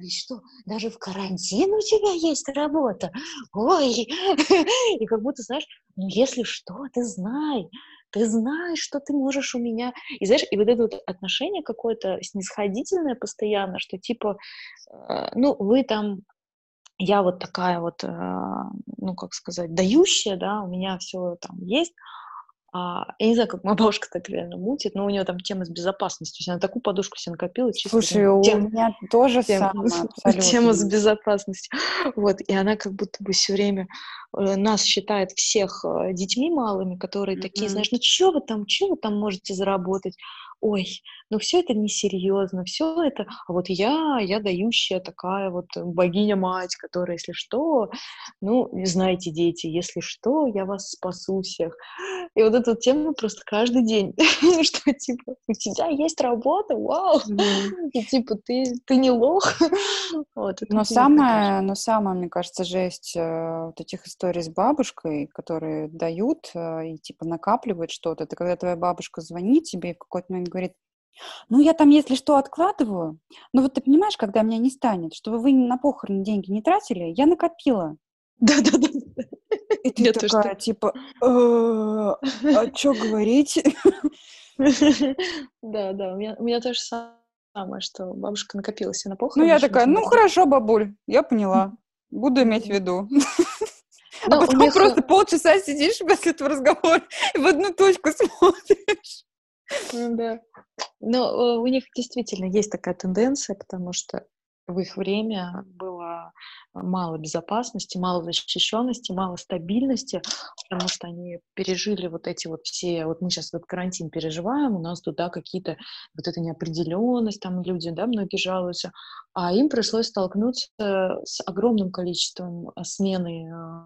говорит, что даже в карантин у тебя есть работа? Ой! И как будто, знаешь, ну, если что, ты знай, ты знаешь, что ты можешь у меня. И знаешь, и вот это вот отношение какое-то снисходительное постоянно, что типа, э, ну, вы там, я вот такая вот, э, ну, как сказать, дающая, да, у меня все там есть. А, я не знаю, как моя бабушка так реально мутит, но у нее там тема с безопасностью. То есть она такую подушку себе накопила, чисто Слушай, там, у тем, меня то же тем, самое тема с абсолютно. безопасностью. Вот, и она как будто бы все время э, нас считает всех э, детьми малыми, которые такие, Мгм. знаешь, ну что вы там, что вы там можете заработать? Ой, ну все это несерьезно, все это, а вот я, я дающая такая вот богиня-мать, которая, если что, ну, знаете, дети, если что, я вас спасу всех. И вот эту тему просто каждый день, что типа у тебя есть работа, вау, Мгм. и типа ты, ты не лох. Вот, это Но приятно, самое, конечно. но самое, мне кажется, жесть э, вот этих историй с бабушкой, которые дают э, и типа накапливают что-то. Это когда твоя бабушка звонит тебе и в какой-то момент говорит, ну я там, если что, откладываю, но вот ты понимаешь, когда меня не станет, чтобы вы на похороны деньги не тратили, я накопила. Да-да-да. И ты Я тоже так. такая, типа, «Э, а что говорить? Да, да, у меня, у меня то же самое, что бабушка накопила себе на Ну, похороны, я еще такая, там ну, дорогие. хорошо, бабуль, я поняла. Буду иметь в М. виду. А Но у потом них, просто э, полчаса сидишь после этого разговора и в одну точку смотришь. ну да. Но, э, у них действительно есть такая тенденция, потому что в их время было мало безопасности, мало защищенности, мало стабильности, потому что они пережили вот эти вот все, вот мы сейчас этот карантин переживаем, у нас тут, да, какие-то, вот эта неопределенность, там люди, да, многие жалуются, а им пришлось столкнуться с огромным количеством э, смены э,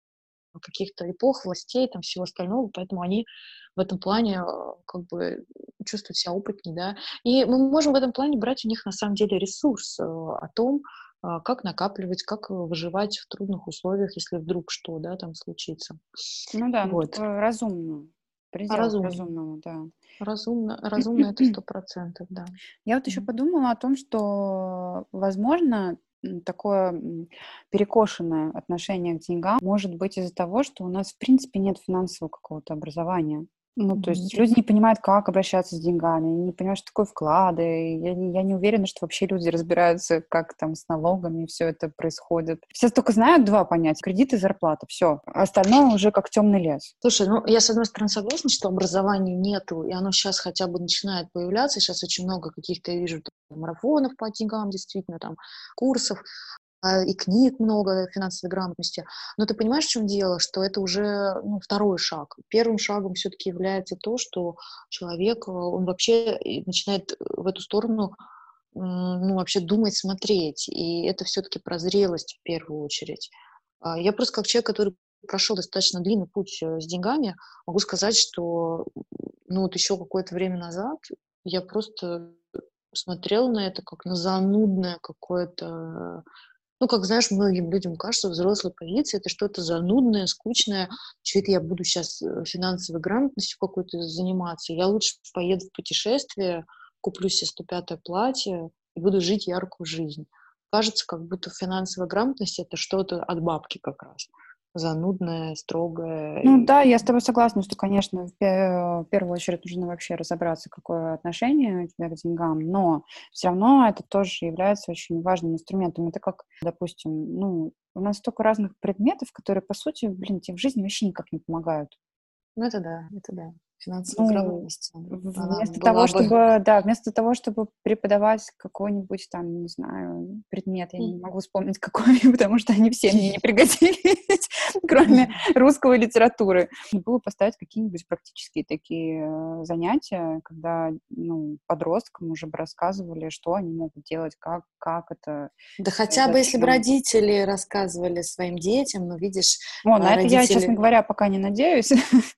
каких-то эпох, властей, там всего остального, поэтому они в этом плане, э, как бы чувствуют себя опытнее, да. И мы можем в этом плане брать у них на самом деле ресурс э, о том, а, как накапливать, как э, выживать в трудных условиях, если вдруг что, да, там случится. Ну да, ну Вот. такое разумно. В А пределах разумно. разумного, да. Разумно, разумно это сто процентов, да. Я вот еще М. подумала о том, что, возможно, м, такое м, перекошенное отношение к деньгам может быть из-за того, что у нас, в принципе, нет финансового какого-то образования. Ну, то Мгм. есть люди не понимают, как обращаться с деньгами, они не понимают, что такое вклады. и Я не, я не уверена, что вообще люди разбираются, как там с налогами все это происходит. Все только знают два понятия: кредит и зарплата. Все. Остальное уже как темный лес. Слушай, ну я с одной стороны согласна, что образования нету, и оно сейчас хотя бы начинает появляться. Сейчас очень много каких-то, я вижу, там, марафонов по деньгам, действительно, там, курсов, а, и книг много финансовой грамотности. Но ты понимаешь, в чем дело? Что это уже, ну, второй шаг. Первым шагом все-таки является то, что человек, э, он вообще и начинает э, в эту сторону, м, ну, вообще думать, смотреть. И это все-таки про зрелость в первую очередь. А, Я просто как человек, который прошел достаточно длинный путь э, с деньгами, могу сказать, что, м, ну, вот еще какое-то время назад я просто смотрела на это как на занудное какое-то, ну, как, знаешь, многим людям кажется, взрослая позиция — это что-то занудное, скучное. Чё это я буду сейчас финансовой грамотностью какой-то заниматься? Я лучше поеду в путешествие, куплю себе сто пятое платье и буду жить яркую жизнь. Кажется, как будто финансовая грамотность — это что-то от бабки как раз. Занудное, строгое. Ну И да, я с тобой согласна, что, конечно, в пе- в первую очередь нужно вообще разобраться, какое отношение у тебя к деньгам, но все равно это тоже является очень важным инструментом. Это как, допустим, ну, у нас столько разных предметов, которые, по сути, блин, тебе в жизни вообще никак не помогают. ну, это да, это да. Финансовая Ну, грамотность, в она вместо того, была бы... чтобы, да, вместо того, чтобы преподавать какой-нибудь там, не знаю, предмет, я не могу вспомнить какой, потому что они все мне не пригодились, кроме русской литературы. Было поставить какие-нибудь практические такие э, занятия, когда, ну, подросткам уже бы рассказывали, что они могут делать, как, как это, Да э, хотя бы если бы зачем. родители рассказывали своим детям, но видишь, О, а, на это я, честно родители, говоря, пока не надеюсь.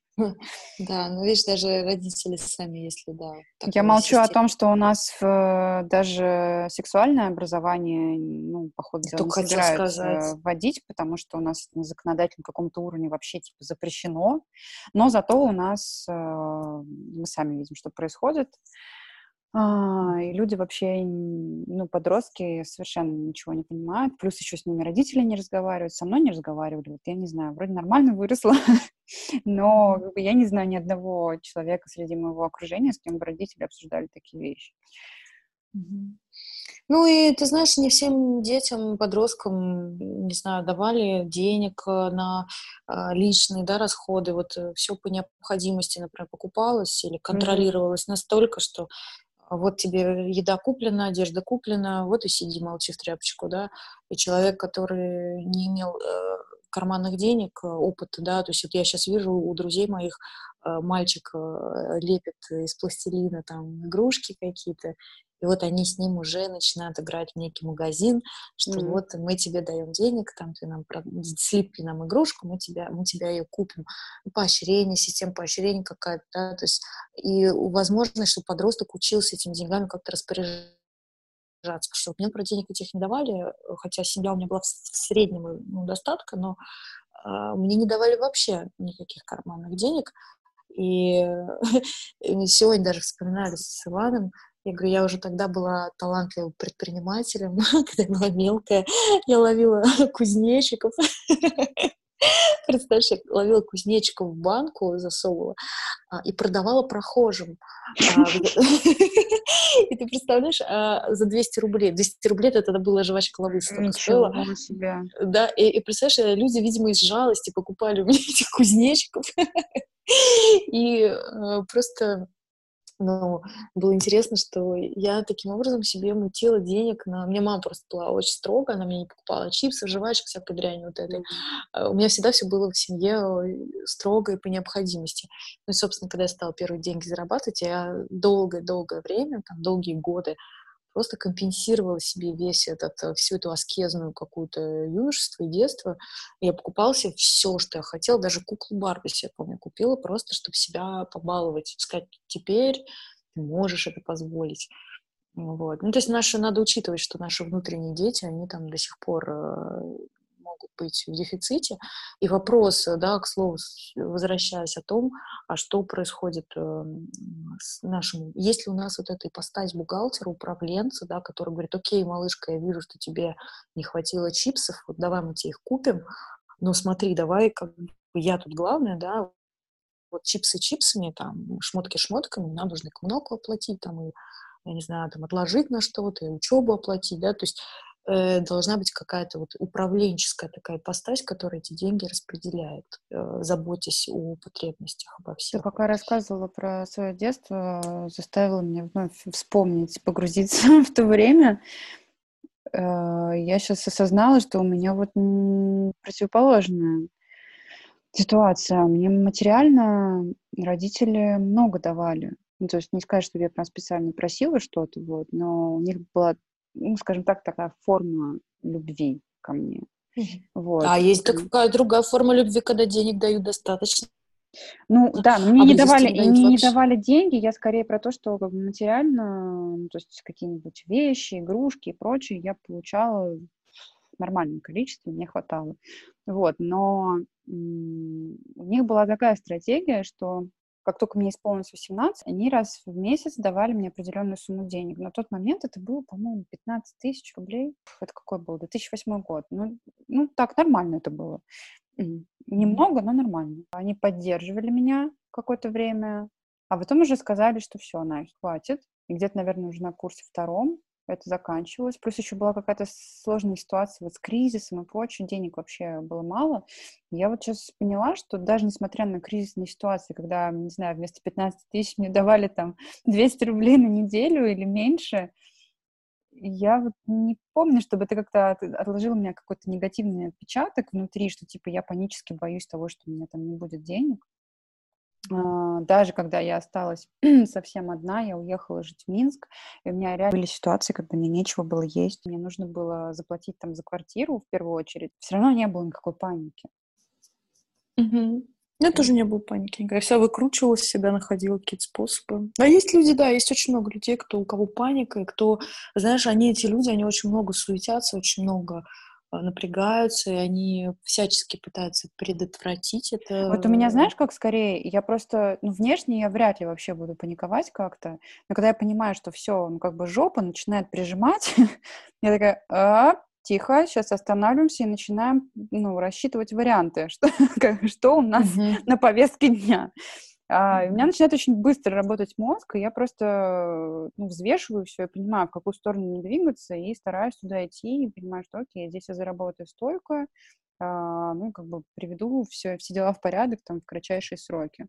да, ну видишь, даже родители сами, если, да, в Я такой молчу о системе. том, что у нас э, даже сексуальное образование, ну, по ходу Я дела, не только хотела собираются сказать. вводить, потому что у нас на законодательном каком-то уровне вообще типа запрещено. Но зато у нас, э, мы сами видим, что происходит. А, и люди вообще, н- ну, подростки совершенно ничего не понимают. Плюс еще с ними родители не разговаривают, со мной не разговаривали. Вот я не знаю, вроде нормально выросла, но Мгм. как бы, я не знаю ни одного человека среди моего окружения, с кем бы родители обсуждали такие вещи. Мгм. Ну и ты знаешь, не всем детям, подросткам, не знаю, давали денег э, на а, личные, да, расходы. Вот все по необходимости, например, покупалось или Мгм. контролировалось настолько, что а, вот тебе еда куплена, одежда куплена, вот и сиди, молчи в тряпочку, да. И человек, который не имел э, карманных денег, э, опыта, да, то есть вот я сейчас вижу у друзей моих, э, мальчик э, лепит из пластилина там игрушки какие-то, и вот они с ним уже начинают играть в некий магазин, что М. вот мы тебе даем денег, там ты нам про- слепи нам игрушку, мы тебя, мы тебя ее купим. Ну, поощрение, система поощрения какая-то, да, то есть и возможно, что подросток учился этими деньгами как-то распоряжаться, потому что вот мне, про денег этих не давали, э, хотя семья у меня была в, с- в среднем э, ну, достатка, но а, мне не давали вообще никаких карманных денег. И и сегодня даже вспоминали с Иваном, я говорю, я уже тогда была талантливым предпринимателем, когда я была мелкая, я ловила кузнечиков. Представляешь, я ловила кузнечиков в банку, засовывала, а, и продавала прохожим. А, вот это И ты представляешь, а, за двести рублей. двести рублей это тогда была жвачка Лавыс столько стоила. Ничего себе. Да, и, и представляешь, э, люди, видимо, из жалости покупали у меня этих кузнечиков. И э, просто ну, было интересно, что я таким образом себе мутила денег на... У меня мама просто была очень строгая, она мне не покупала чипсы, жвачек, всякой дрянь вот этой. М. А у меня всегда все было в семье э, строго и по необходимости. Ну и, собственно, когда я стала первые деньги зарабатывать, я долгое-долгое время, там, долгие годы просто компенсировала себе весь этот, э, всю эту аскезную какую-то юношество и детство. Я покупала себе все, что я хотела, даже куклу Барби себе, помню, купила просто, чтобы себя побаловать, сказать: "Теперь ты можешь это позволить". Ну вот. Ну, то есть наши надо учитывать, что наши внутренние дети, они там до сих пор, э, могут быть в дефиците. И вопрос, э, да, к слову, с возвращаясь о том, а что происходит, эм, с нашим есть ли у нас вот эта ипостась бухгалтера, управленца, да, который говорит: "Окей, малышка, я вижу, что тебе не хватило чипсов, вот давай мы тебе их купим, но смотри, давай как бы я тут главная, да, вот чипсы чипсами, там, шмотки шмотками, нам нужно и коммуналку оплатить, там, и, я не знаю, там, отложить на что-то, и учебу оплатить, да, то есть э, должна быть какая-то вот управленческая такая ипостась, которая эти деньги распределяет, э, заботясь о потребностях, обо Ты всех. пока рассказывала про свое детство, заставила меня вновь вспомнить, погрузиться в то время. Э, Я сейчас осознала, что у меня вот м, противоположная ситуация. Мне материально родители много давали. Ну, то есть не сказать, что я прям специально просила что-то, вот, но у них была, ну, скажем так, такая форма любви ко мне. Мгм. Вот. А есть такая другая форма любви, когда денег дают достаточно, Ну да, но мне а не близости давали не дают мне не вообще. давали деньги. Я скорее про то, что как бы материально, ну, то есть какие-нибудь вещи, игрушки и прочее я получала в нормальном количестве, мне хватало. Вот, но, м, у них была такая стратегия, что как только мне исполнилось восемнадцать, они раз в месяц давали мне определенную сумму денег. На тот момент это было, по-моему, пятнадцать тысяч рублей. Это какой был? две тысячи восьмой год. Ну ну так, нормально это было. М, Мгм. немного, но нормально. Они поддерживали меня какое-то время, а потом уже сказали, что все, Настя, хватит. И где-то, наверное, уже на курсе втором это заканчивалось. Плюс еще была какая-то сложная ситуация вот с кризисом и прочее, денег вообще было мало. Я вот сейчас поняла, что даже несмотря на кризисные ситуации, когда, не знаю, вместо пятнадцати тысяч мне давали там двести рублей на неделю или меньше, я вот не помню, чтобы это как-то от отложило у меня какой-то негативный отпечаток внутри, что типа я панически боюсь того, что у меня там не будет денег. А, даже когда я осталась совсем одна, я уехала жить в Минск, и у меня реально были ситуации, когда мне нечего было есть, мне нужно было заплатить там за квартиру в первую очередь. Все равно не было никакой паники. Мгм. У меня тоже М. не было паники. Я вся выкручивалась, всегда находила какие-то способы. А есть люди, да, есть очень много людей, кто, у кого паника, и кто, знаешь, они, эти люди, они очень много суетятся, очень много э, напрягаются, и они всячески пытаются предотвратить Вот у меня, это. знаешь, как скорее, я просто, ну, внешне я вряд ли вообще буду паниковать как-то, но когда я понимаю, что все, ну, как бы жопа начинает прижимать, я такая: «А, тихо, сейчас останавливаемся и начинаем, ну, рассчитывать варианты, что как что у нас Мгм. на повестке дня». А, и у меня Мгм. начинает очень быстро работать мозг, и я просто, ну, взвешиваю все, и понимаю, в какую сторону мне двигаться, и стараюсь туда идти, и понимаю, что окей, здесь я заработаю столько, а, ну, как бы приведу все все дела в порядок там в кратчайшие сроки.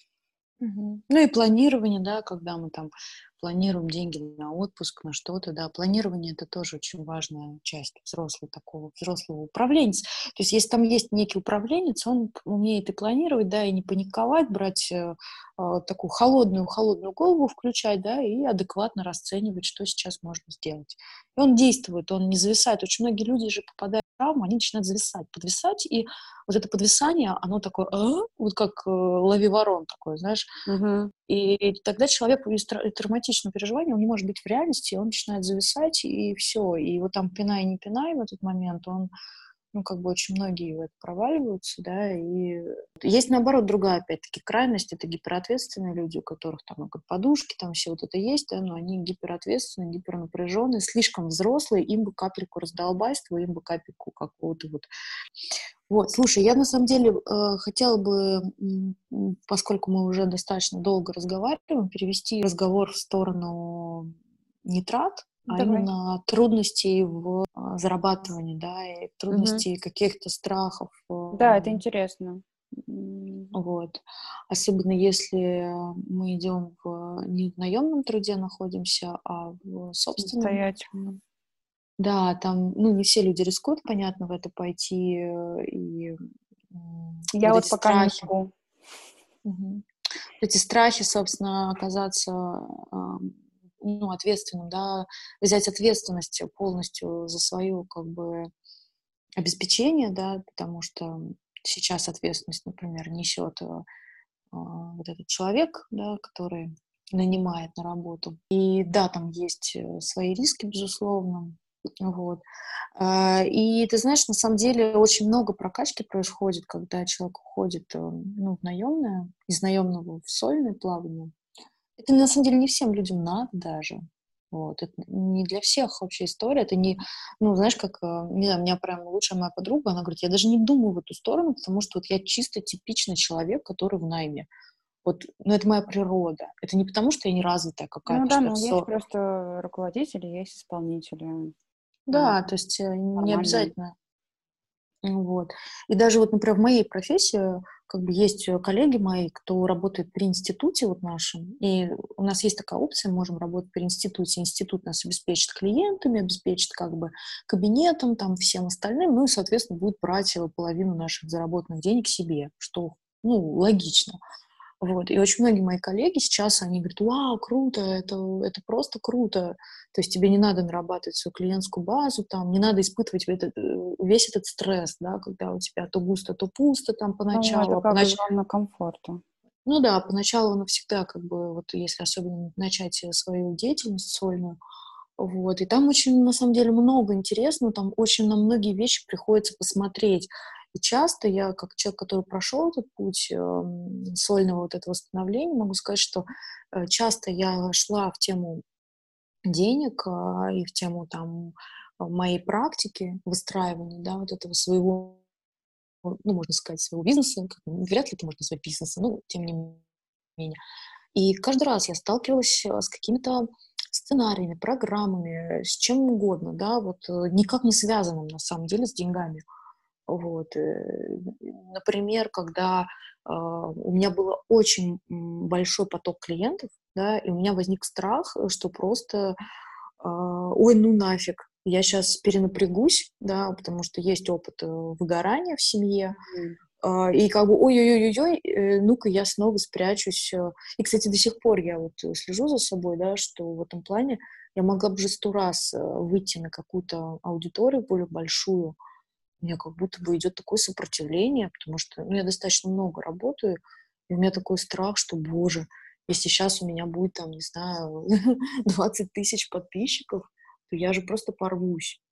Мгм. Ну и планирование, да, когда мы там планируем деньги на отпуск, на что-то, да, планирование это тоже очень важная часть взрослого такого, взрослого управленца. То есть если там есть некий управленец, он п- умеет и планировать, да, и не паниковать, брать э, а, такую холодную, холодную голову включать, да, и адекватно расценивать, что сейчас можно сделать. И он действует, он не зависает. Очень многие люди же попадают в травму, они начинают зависать, подвисать, и вот это подвисание, оно такое, «А?» вот как э, лови ворон такой, знаешь, Мгм. и тогда человеку из тра травматичного переживания, он не может быть в реальности, он начинает зависать, и все. И вот там пинай, не пинай в этот момент, он, ну, как бы очень многие в это проваливаются, да. И есть, наоборот, другая, опять-таки, крайность. Это гиперответственные люди, у которых там много подушки, там все вот это есть, да, но они гиперответственные, гипернапряженные, слишком взрослые, им бы капельку раздолбайства, им бы капельку какого-то вот. Вот, слушай, я на самом деле э, хотела бы, м, м, поскольку мы уже достаточно долго разговариваем, перевести разговор в сторону не трат, Ну, а давай. именно трудностей в а, зарабатывании, да, и Мгм. трудностей каких-то страхов. э, Да, это интересно. М, Вот. Особенно если мы идем в, не в наемном труде находимся, а в собственном. самостоятельно. Да, там, ну, не все люди рискуют, понятно, в это пойти, э, и м, Я вот вот эти пока не страхи. могу. Мгм. Эти страхи, собственно, оказаться, ам, ну, ответственным, да, взять ответственность полностью за свою, как бы, обеспечение, да, потому что сейчас ответственность, например, несет э, а, вот этот человек, да, который нанимает на работу. И да, там есть э, свои риски, безусловно. Вот. А, И ты знаешь, на самом деле очень много прокачки происходит, когда человек уходит э, ну, в наемное, из наемного в сольное плавание. Это на самом деле не всем людям надо даже. Вот. Это не для всех вообще история. Это не, ну, знаешь, как, э, не знаю, у меня прям лучшая моя подруга, она говорит, я даже не думаю в эту сторону, потому что вот я чисто типичный человек, который в найме. Вот, ну, это моя природа. Это не потому, что я неразвитая Ну какая-то, да, что я ну есть все. просто руководители, есть исполнители. М, Да, то есть э, не Нормально. обязательно. Ну вот. И даже вот, например, в моей профессии как бы есть э, коллеги мои, кто работает при институте вот нашем, и у нас есть такая опция, мы можем работать при институте. Институт нас обеспечит клиентами, обеспечит как бы кабинетом, там, всем остальным, ну и, соответственно, будет брать э, половину наших заработанных денег себе, что, ну, логично. Вот. И очень многие мои коллеги сейчас, они говорят, вау, круто, это, это просто круто. То есть тебе не надо нарабатывать свою клиентскую базу, там, не надо испытывать этот, э, весь этот стресс, да, когда у тебя то густо, то пусто там Ну, это поначалу. А как понач... зона комфорта. Ну да, поначалу оно всегда как бы, вот если особенно начать э, свою деятельность сольную, вот, и там очень, на самом деле, много интересного, там очень на многие вещи приходится посмотреть. И часто я, как человек, который прошел этот путь эм, сольного вот этого становления, могу сказать, что э, часто я шла в тему денег а, и в тему там а, моей практики выстраивания, да, вот этого своего, ну, можно сказать, своего бизнеса, как, ну, вряд ли это можно назвать бизнесом, но тем не менее. И каждый раз я сталкивалась э, с какими-то сценариями, программами, с чем угодно, да, вот э, никак не связанным на самом деле с деньгами. Вот. э, Например, когда а, у меня был очень м, большой поток клиентов, да, и у меня возник страх, э, что просто, а, ой, ну нафиг, я сейчас перенапрягусь, да, потому что есть опыт э, выгорания в семье, Мгм. а, и как бы ой-ой-ой-ой, э, ну-ка я снова спрячусь. э. И, кстати, до сих пор я вот э, слежу за собой, да, что в этом плане я могла бы уже сто раз э, выйти на какую-то аудиторию более большую. У меня как будто бы идет такое сопротивление, потому что, ну, я достаточно много работаю, и у меня такой страх, что, боже, если сейчас у меня будет там, не знаю, двадцать тысяч подписчиков, то я же просто порвусь.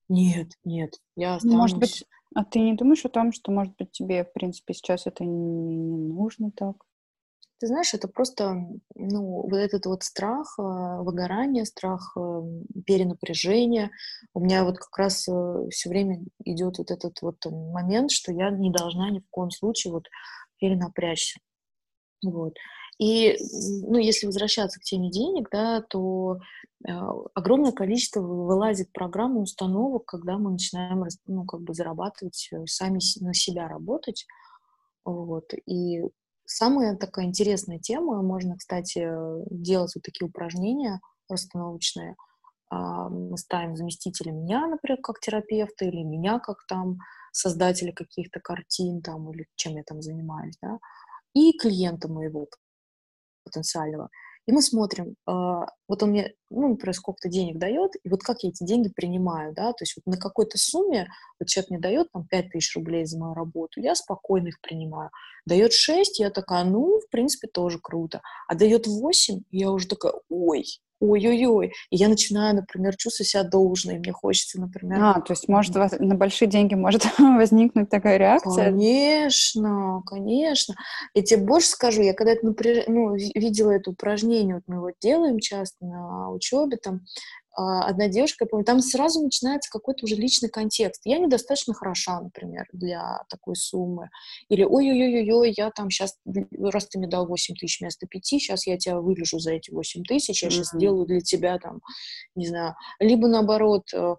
Нет, нет, я Ну, может быть, останусь. а ты не думаешь о том, что, может быть, тебе, в принципе, сейчас это не не нужно так? Ты знаешь, это просто, ну, вот этот вот страх, а, выгорания, страх, эм, перенапряжения. У меня вот как раз все время идет вот этот вот м, момент, что я не должна ни в коем случае вот перенапрячься. Вот. И, м, ну, если возвращаться к теме денег, да, то э, огромное количество вы- вылазит программ и установок, когда мы начинаем, рас- ну, как бы зарабатывать, э, сами с- на себя работать. Вот. И самая такая интересная тема, можно, кстати, э, делать вот такие упражнения расстановочные. А, Мы ставим заместителя меня, например, как терапевта, или меня как там создателя каких-то картин, там, или чем я там занимаюсь, да, и клиента моего потенциального. И мы смотрим, а, вот он мне, ну, например, сколько-то денег дает, и вот как я эти деньги принимаю, да, то есть вот на какой-то сумме, вот человек мне дает там пять тысяч рублей за мою работу, я спокойно их принимаю. Дает шесть, я такая, ну, в принципе, тоже круто. А дает восемь, я уже такая, ой, ой-ой-ой. И я начинаю, например, чувствовать себя должной, мне хочется, например, А, то есть, может, у вас на большие деньги может возникнуть такая реакция? конечно, конечно. Я тебе больше скажу, я когда это напряж ну, ви видела это упражнение, вот мы его делаем часто на учебе, там, а, одна девушка, я помню, там сразу начинается какой-то уже личный контекст. Я недостаточно хороша, например, для такой суммы. Или ой-ой-ой-ой, я там сейчас, раз ты мне дал восемь тысяч вместо пяти, сейчас я тебя вылежу за эти восемь тысяч, я сейчас М. сделаю для тебя там, не знаю. Либо наоборот, э,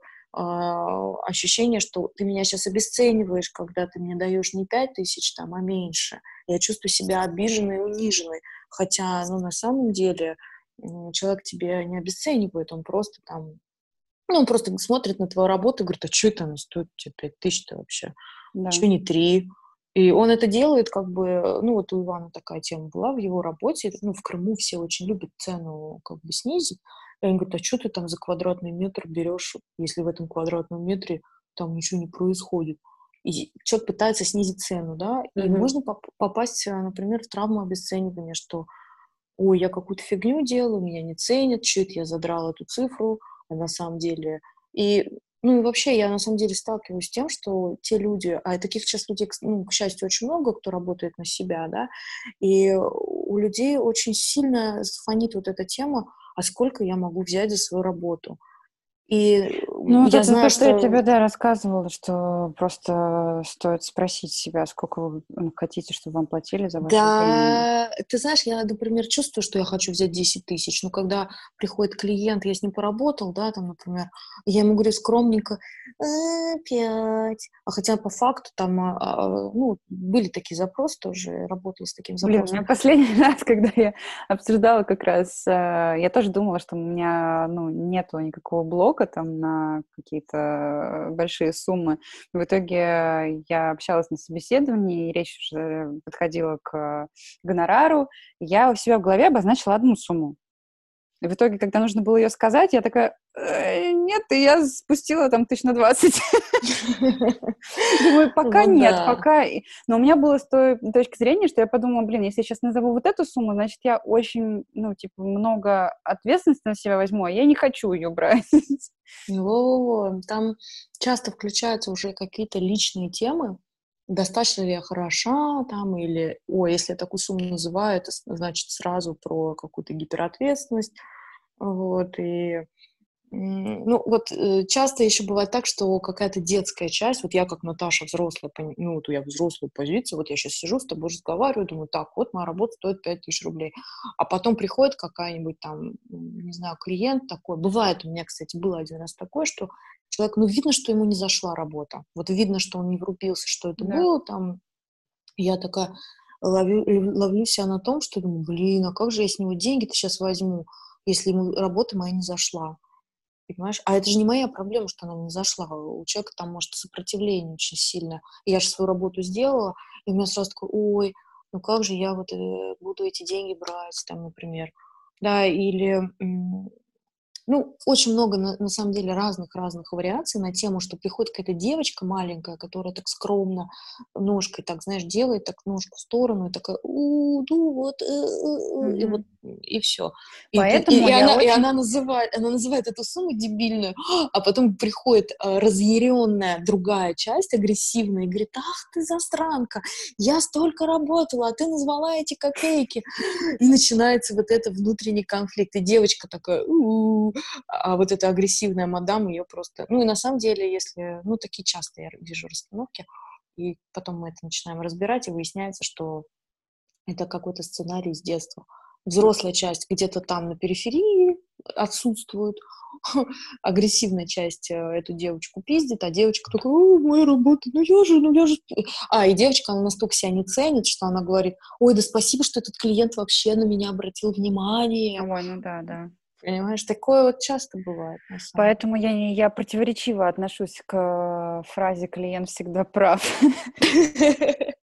а, ощущение, что ты меня сейчас обесцениваешь, когда ты мне даешь не пять тысяч там, а меньше. Я чувствую себя обиженной и униженной. Хотя, ну, на самом деле, м, человек тебя не обесценивает, он просто там, ну, он просто смотрит на твою работу и говорит, а что это она стоит тебе пять тысяч-то вообще? Да. Чё не три? И он это делает как бы, ну, вот у Ивана такая тема была в его работе, ну, в Крыму все очень любят цену как бы снизить. И он говорит, а что ты там за квадратный метр берешь, если в этом квадратном метре там ничего не происходит? И человек пытается снизить цену, да, и Мгм. можно поп- попасть, э, например, в травму обесценивания, что, ой, я какую-то фигню делаю, меня не ценят, чё это я задрала эту цифру, а на самом деле. И, ну и вообще, я на самом деле сталкиваюсь с тем, что те люди, а таких сейчас людей, к с ну, к счастью, очень много, кто работает на себя, да, и у людей очень сильно фонит вот эта тема: "А сколько я могу взять за свою работу?" И, м, Ну, вот я это то, знаю, что я тебе, что да, рассказывала, что просто стоит спросить себя, сколько вы, м, хотите, чтобы вам платили за ваше время. да, ты знаешь, я, например, чувствую, что я хочу взять десять тысяч, но когда приходит клиент, я с ним поработал, да, там, например, я ему говорю скромненько: «Э, пять». А хотя по факту там, а, а, ну, были такие запросы тоже, я работала с таким Блин, у меня запросом. последний раз, когда я обсуждала как раз, э, я тоже думала, что у меня, ну, нету никакого блока там на какие-то большие суммы. В итоге я общалась на собеседовании, и речь уже подходила к гонорару. Я у себя в голове обозначила одну сумму. И в итоге, когда нужно было ее сказать, я такая: «Э, нет», и я спустила там тысяч на двадцать. Думаю, пока Вот нет, да. пока и но у меня было с той точки зрения, что я подумала: блин, если я сейчас назову вот эту сумму, значит, я очень, ну, типа, много ответственности на себя возьму, а я не хочу ее брать. Во-во-во. Там часто включаются уже какие-то личные темы. Достаточно ли я хороша там или, ой, если я такую сумму называю, это с значит сразу про какую-то гиперответственность. Вот, и М, ну, вот, э, часто еще бывает так, что какая-то детская часть, вот я как Наташа взрослая, пони ну, вот я взрослую позицию, вот я сейчас сижу с тобой разговариваю, думаю: "Так, вот моя работа стоит пять тысяч рублей". А потом приходит какая-нибудь там, м, не знаю, клиент такой. Бывает, у меня, кстати, было один раз такое, что человек, ну, видно, что ему не зашла работа. Вот видно, что он не врубился, что это Да. было там. И я такая ловлю лю ловлю себя на том, что думаю: "Блин, а как же я с него деньги-то сейчас возьму, если ему работа моя не зашла?" Понимаешь? А это же не моя проблема, что она не зашла. У человека там, может, сопротивление очень сильное. Я же свою работу сделала, и у меня сразу такой: "Ой, ну как же я вот, э, буду эти деньги брать?" Там, например. Да, или, м, Ну, очень много, на, на самом деле, разных-разных вариаций на тему, что приходит какая-то девочка маленькая, которая так скромно ножкой, так, знаешь, делает так ножку в сторону, и такая, у, ну вот, э, э, э», и вот, Мгм. и все. И, ты- и, Поэтому и я она, и очень... она называет, она называет эту сумму дебильную, а потом приходит э, разъяренная другая часть, агрессивная, и говорит, ах ты засранка, я столько работала, а ты назвала эти копейки. И начинается вот это внутренний конфликт. И девочка такая, у-у-у, а вот эта агрессивная мадам ее просто... Ну и на самом деле, если... Ну, такие часто я вижу расстановки, и потом мы это начинаем разбирать, и выясняется, что это какой-то сценарий с детства. Взрослая часть где-то там на периферии отсутствует, агрессивная часть э, эту девочку пиздит, а девочка такая, «О, моя работа, ну я же, ну я же...» А, и девочка, она настолько себя не ценит, что она говорит, ой, да спасибо, что этот клиент вообще на меня обратил внимание. Ой, ну да, да. Понимаешь, такое вот часто бывает, на самом Поэтому я, не- я противоречиво отношусь к фразе «клиент всегда прав». деле.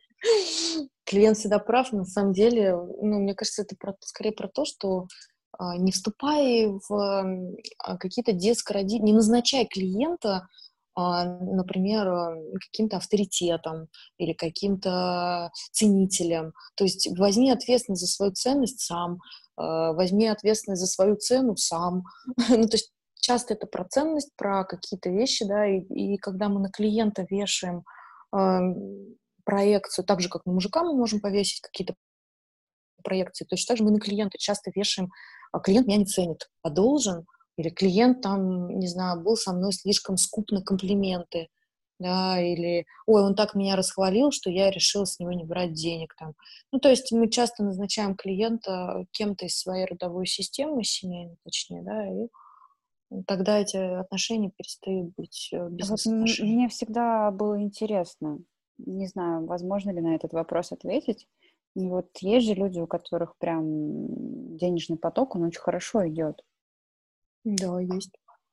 Клиент всегда прав, на самом деле, ну, мне кажется, это про, скорее про то, что а, не вступай в м, а, какие-то детско-роди... не назначай клиента, а, например, а, каким-то авторитетом или каким-то ценителем. То есть возьми ответственность за свою ценность сам, а, возьми ответственность за свою цену сам. Ну, то есть часто это про ценность, про какие-то вещи, да, и, и когда мы на клиента вешаем а, проекцию, так же, как на мужика мы можем повесить какие-то проекции, точно так же мы на клиента часто вешаем, а клиент меня не ценит, а должен, или клиент там, не знаю, был со мной слишком скуп на комплименты, да, или, ой, он так меня расхвалил, что я решила с него не брать денег там. Ну, то есть мы часто назначаем клиента кем-то из своей родовой системы, семейной, точнее, да, и тогда эти отношения перестают быть э, Вот м- бизнес-отношениями. мне всегда было интересно, не знаю, возможно ли на этот вопрос ответить. И вот есть же люди, у которых прям денежный поток, он очень хорошо идет. Да, есть.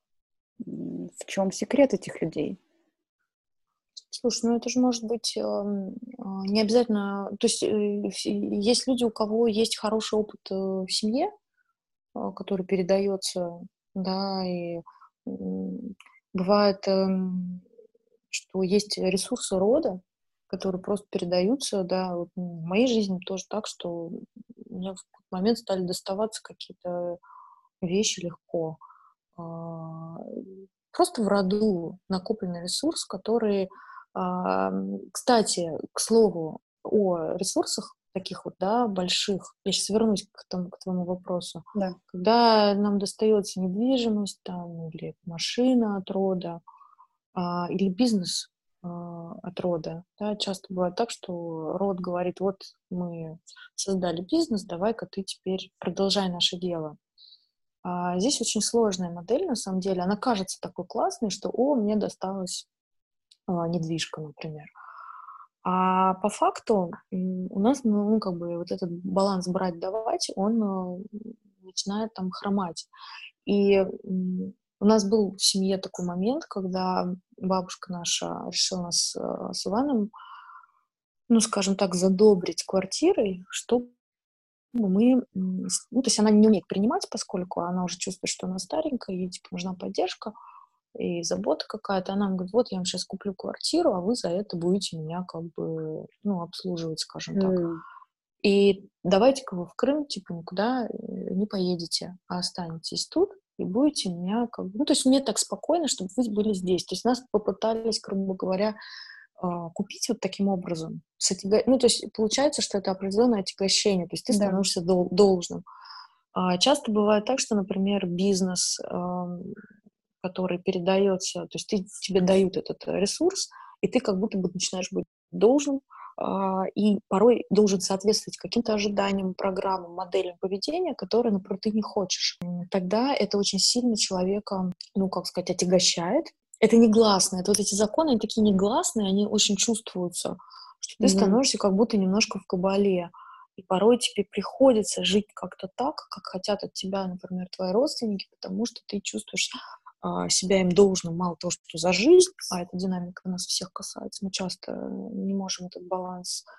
М, В чем секрет этих людей? Слушай, ну это же может быть, эм, а, не обязательно, то есть, э, вс есть люди, у кого есть хороший опыт, э, в семье, а, который передается, да, и, м, бывает, эм, что есть ресурсы рода, которые просто передаются, да. Вот, м, в моей жизни тоже так, что мне в какой-то момент стали доставаться какие-то вещи легко. А, Просто в роду накопленный ресурс, который, ам, кстати, к слову о ресурсах таких вот, да, больших, я сейчас вернусь к тому, к твоему вопросу. Да. Когда нам достается недвижимость там или машина от рода, а, или бизнес, а, от рода, да, часто бывает так, что род говорит: «Вот мы создали бизнес, давай-ка ты теперь продолжай наше дело». А, здесь очень сложная модель, на самом деле. Она кажется такой классной, что, о, мне досталась а, недвижка, например. А по факту м, у нас, ну, ну, как бы вот этот баланс брать-давать, он а, начинает там хромать. И м, у нас был в семье такой момент, когда бабушка наша решила нас а, с Иваном, ну, скажем так, задобрить квартирой, чтобы мы, м, с ну, то есть она не умеет принимать, поскольку она уже чувствует, что она старенькая, ей, типа, нужна поддержка и забота какая-то. Она говорит: «Вот я вам сейчас куплю квартиру, а вы за это будете меня как бы, ну, обслуживать, скажем так. М, И давайте-ка вы в Крым, типа, никуда, э, не поедете, а останетесь тут и будете меня как бы». Ну, то есть мне так спокойно, чтобы вы были здесь. То есть нас попытались, грубо говоря, а, купить вот таким образом. С отяга Ну, то есть получается, что это определенное отягощение, то есть ты да. становишься дол должным. А часто бывает так, что, например, бизнес, ам, который передается, то есть ты тебе дают этот э, ресурс, и ты как будто бы начинаешь быть должным, а, и порой должен соответствовать каким-то ожиданиям, программам, моделям поведения, которые, например, ты не хочешь. М, Тогда это очень сильно человека, ну, как сказать, отягощает. Это негласно. Это вот эти законы, они такие негласные, они очень чувствуются, что ты Мгм. становишься как будто немножко в кабале. И порой тебе приходится жить как-то так, как хотят от тебя, например, твои родственники, потому что ты чувствуешь а, себя им должным, мало того, что за жизнь, а эта динамика нас всех касается, мы часто не можем этот баланс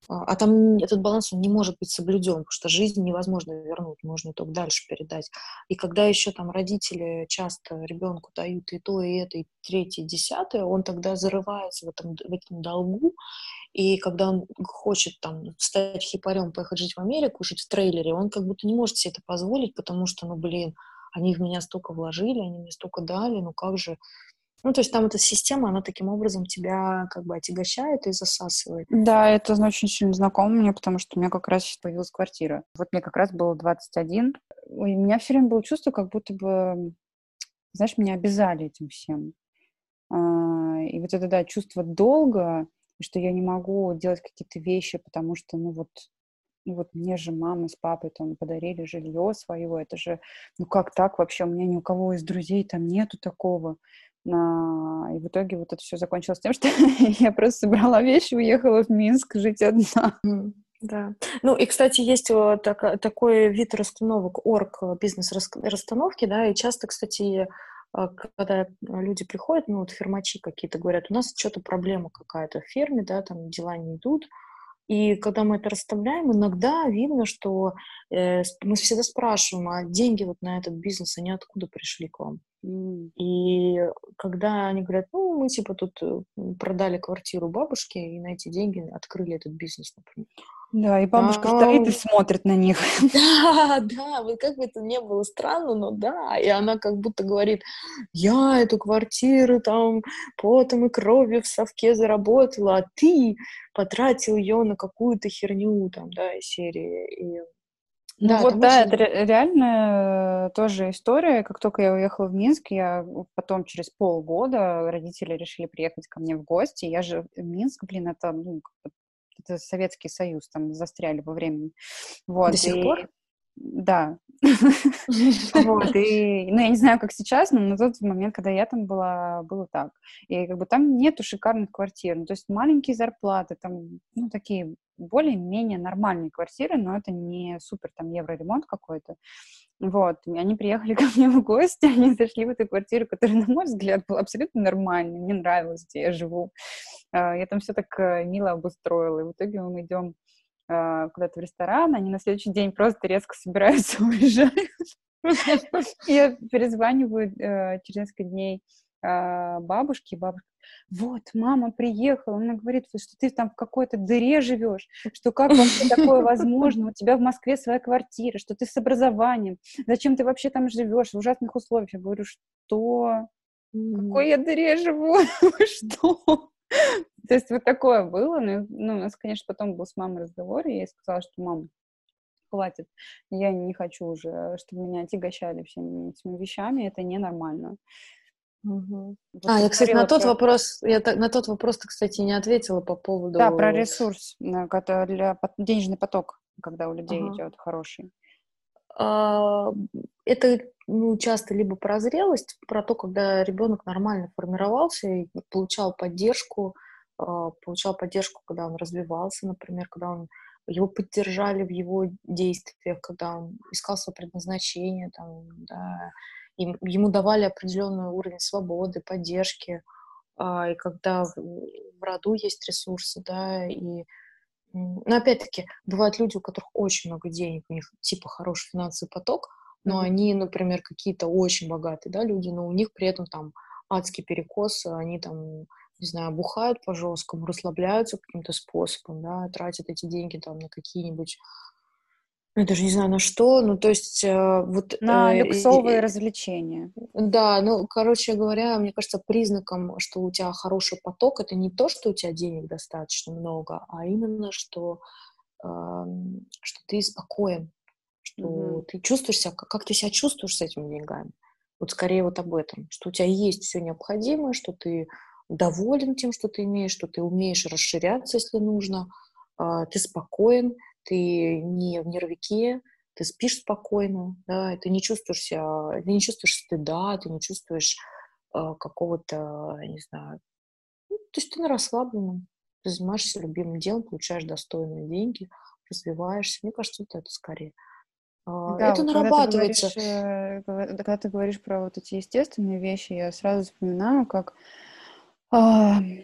А а там этот баланс, он не может быть соблюден, потому что жизнь невозможно вернуть, можно только дальше передать. И когда еще там родители часто ребенку дают и то, и это, и третье, и десятое, он тогда зарывается в этом, в этом долгу, и когда он хочет там стать хипарем, поехать жить в Америку, жить в трейлере, он как будто не может себе это позволить, потому что, ну, блин, они в меня столько вложили, они мне столько дали, ну как же. Ну, то есть там эта система, она таким образом тебя как бы отягощает и засасывает. Да, это зна- очень сильно знакомо мне, потому что у меня как раз сейчас появилась квартира. Вот мне как раз было двадцать один. Ой, у меня все время было чувство, как будто бы, знаешь, меня обязали этим всем. А, и вот это, да, чувство долга, что я не могу делать какие-то вещи, потому что, ну вот, ну вот мне же мама с папой там подарили жилье свое, это же, ну как так вообще, у меня ни у кого из друзей там нету такого. А, и в итоге вот это все закончилось тем, что я просто собрала вещи, уехала в Минск жить одна. М, да. Ну и, кстати, есть вот така такой вид расстановок, орг, э, бизнес-расстановки, да, и часто, кстати, а, когда люди приходят, ну, вот фирмачи какие-то говорят: "У нас что то проблема какая-то в фирме, да, там дела не идут". И когда мы это расставляем, иногда видно, что, э, с мы всегда спрашиваем: "А деньги вот на этот бизнес, они откуда пришли к вам?" М. И когда они говорят: "Ну, мы типа тут, э, м, продали квартиру бабушке и на эти деньги открыли этот бизнес", например. Да, и бабушка стоит и А, смотрит на них. да, да, вот как бы это ни было странно, но да. И она как будто говорит: "Я эту квартиру там потом и кровью в совке заработала, а ты потратил ее на какую-то херню там", да, из серии. И Ну да, вот там да, это очень. ре реально, э, тоже история. Как только я уехала в Минск, я в потом через полгода родители решили приехать ко мне в гости. Я же Минск, блин, это, ну, как бы это Советский Союз, там застряли во времени. До Вот, сих и пор? да. Вот, и, ну, я не знаю, как сейчас, но на тот момент, когда я там была, было так. И как бы там нету шикарных квартир. Ну, то есть маленькие зарплаты, там, ну, такие более-менее нормальные квартиры, но это не супер там евроремонт какой-то. Вот, и они приехали ко мне в гости, они зашли в эту квартиру, которая, на мой взгляд, была абсолютно нормальной, мне нравилось, где я живу. А, Я там все так э, мило обустроила, и в итоге мы идем а, куда-то в ресторан, они на следующий день просто резко собираются уезжать. Я перезваниваю э, через несколько дней а, бабушке, и бабушка: "Вот, мама приехала". Она говорит, вот, что ты там в какой-то дыре живешь, что как вообще такое возможно? У тебя в Москве своя квартира, что ты с образованием. Зачем ты вообще там живешь в ужасных условиях? Я говорю: "Что? В Мгм. какой я дыре живу? Вы что?" То есть вот такое было. Ну, ну, у нас, конечно, потом был с мамой разговор, и я ей сказала, что: "Мам, хватит. Я не хочу уже, чтобы меня отягощали всеми этими вещами. Это ненормально". Мгм. Вот А, ты я, кстати, на говорила тот про вопрос, я та на тот вопрос ты, кстати, не ответила по да, про поводу. ресурс, на кото для пот денежный поток, когда у людей Ага. идет хороший. А, это, ну, часто либо про зрелость, про то, когда ребенок нормально формировался и вот получал поддержку, а, получал поддержку, когда он развивался, например, когда он его поддержали в его действиях, когда он искал свое предназначение, там, да, им ему давали определенный уровень свободы, поддержки, а, и когда в в роду есть ресурсы, да, и М, но опять-таки бывают люди, у которых очень много денег, у них типа хороший финансовый поток, но Мгм. они, например, какие-то очень богатые, да, люди, но у них при этом там адский перекос, они там, не знаю, бухают по-жесткому, расслабляются каким-то способом, да, тратят эти деньги там на какие-нибудь, ну, я даже не знаю на что, ну, то есть э, вот На э, люксовые и- развлечения. да, ну, короче говоря, мне кажется, признаком, что у тебя хороший поток, это не то, что у тебя денег достаточно много, а именно, что ам, что ты спокоен, что Мгм. ты чувствуешь себя, как, как ты себя чувствуешь с этими деньгами. Вот скорее вот об этом, что у тебя есть все необходимое, что ты доволен тем, что ты имеешь, что ты умеешь расширяться, если нужно, а, ты спокоен, ты не в нервике, ты спишь спокойно, да, и ты не чувствуешь себя, ты не чувствуешь стыда, ты не чувствуешь а, какого-то, не знаю, ну, то есть ты на расслабленном, ты занимаешься любимым делом, получаешь достойные деньги, развиваешься. Мне кажется, вот это скорее. А, Да, это вот когда ты нарабатывается. говоришь, э, гова когда ты говоришь про вот эти естественные вещи, я сразу вспоминаю, как, а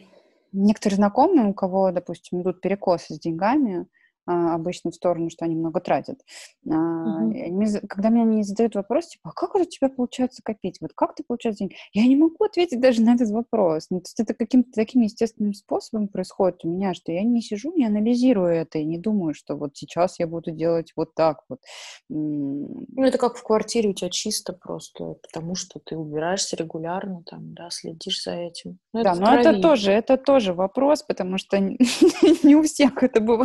Некоторые знакомые, у кого, допустим, идут перекосы с деньгами, а, обычно в сторону, что они много тратят. А, Мгм. и они за когда мне они задают вопрос, типа: "А как вот у тебя получается копить? Вот как ты получаешь деньги?" Я не могу ответить даже на этот вопрос. Ну, то есть это каким-то таким естественным способом происходит у меня, что я не сижу, не анализирую это и не думаю, что вот сейчас я буду делать вот так вот. М, Ну, это как в квартире у тебя чисто просто, потому что ты убираешься регулярно, там, да, следишь за этим. Ну, это да, в но это крови. тоже это тоже вопрос, потому что н не у всех это бывает.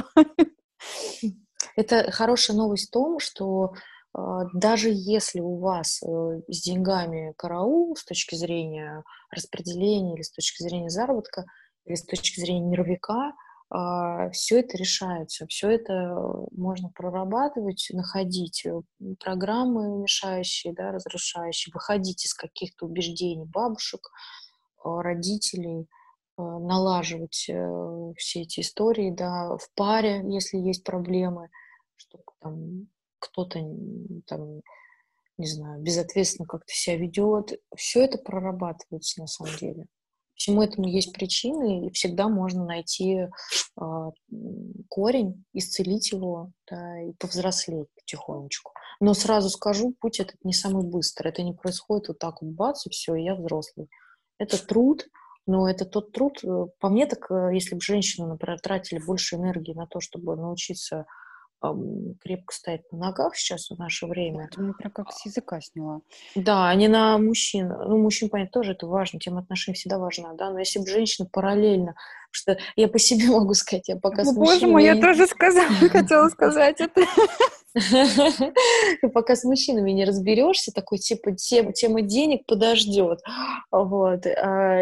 М. Это хорошая новость в том, что, а, даже если у вас, э, с деньгами караул с точки зрения распределения или с точки зрения заработка, или с точки зрения нервика, все это решается, все это, э, можно прорабатывать, находить, э, м, программы мешающие, да, разрушающие, выходить из каких-то убеждений бабушек, а, родителей, а, налаживать, э, все эти истории, да, в паре, если есть проблемы, что там кто-то, н там, не знаю, безответственно как-то себя ведет. Все это прорабатывается на самом деле. Всему этому есть причины, и всегда можно найти, а, м, корень, исцелить его, да, и повзрослеть потихонечку. Но сразу скажу, путь этот не самый быстрый. Это не происходит вот так вот бац, и всё, и я взрослый. Это труд, но это тот труд, э, по мне так, э, если бы женщины, например, тратили больше энергии на то, чтобы научиться, ам, крепко стоять на ногах сейчас в наше Ой, время. ты мне прям как с языка сняла. Да, а не на мужчин. Ну, мужчин, понятно, тоже это важно, тема отношений всегда важна, да, но если бы женщина параллельно, что я по себе могу сказать, я пока О, с боже мой, я мужчинами тоже сказала хотела сказать это. пока с мужчинами не разберешься, такой типа тем тема денег подождет. Вот, а,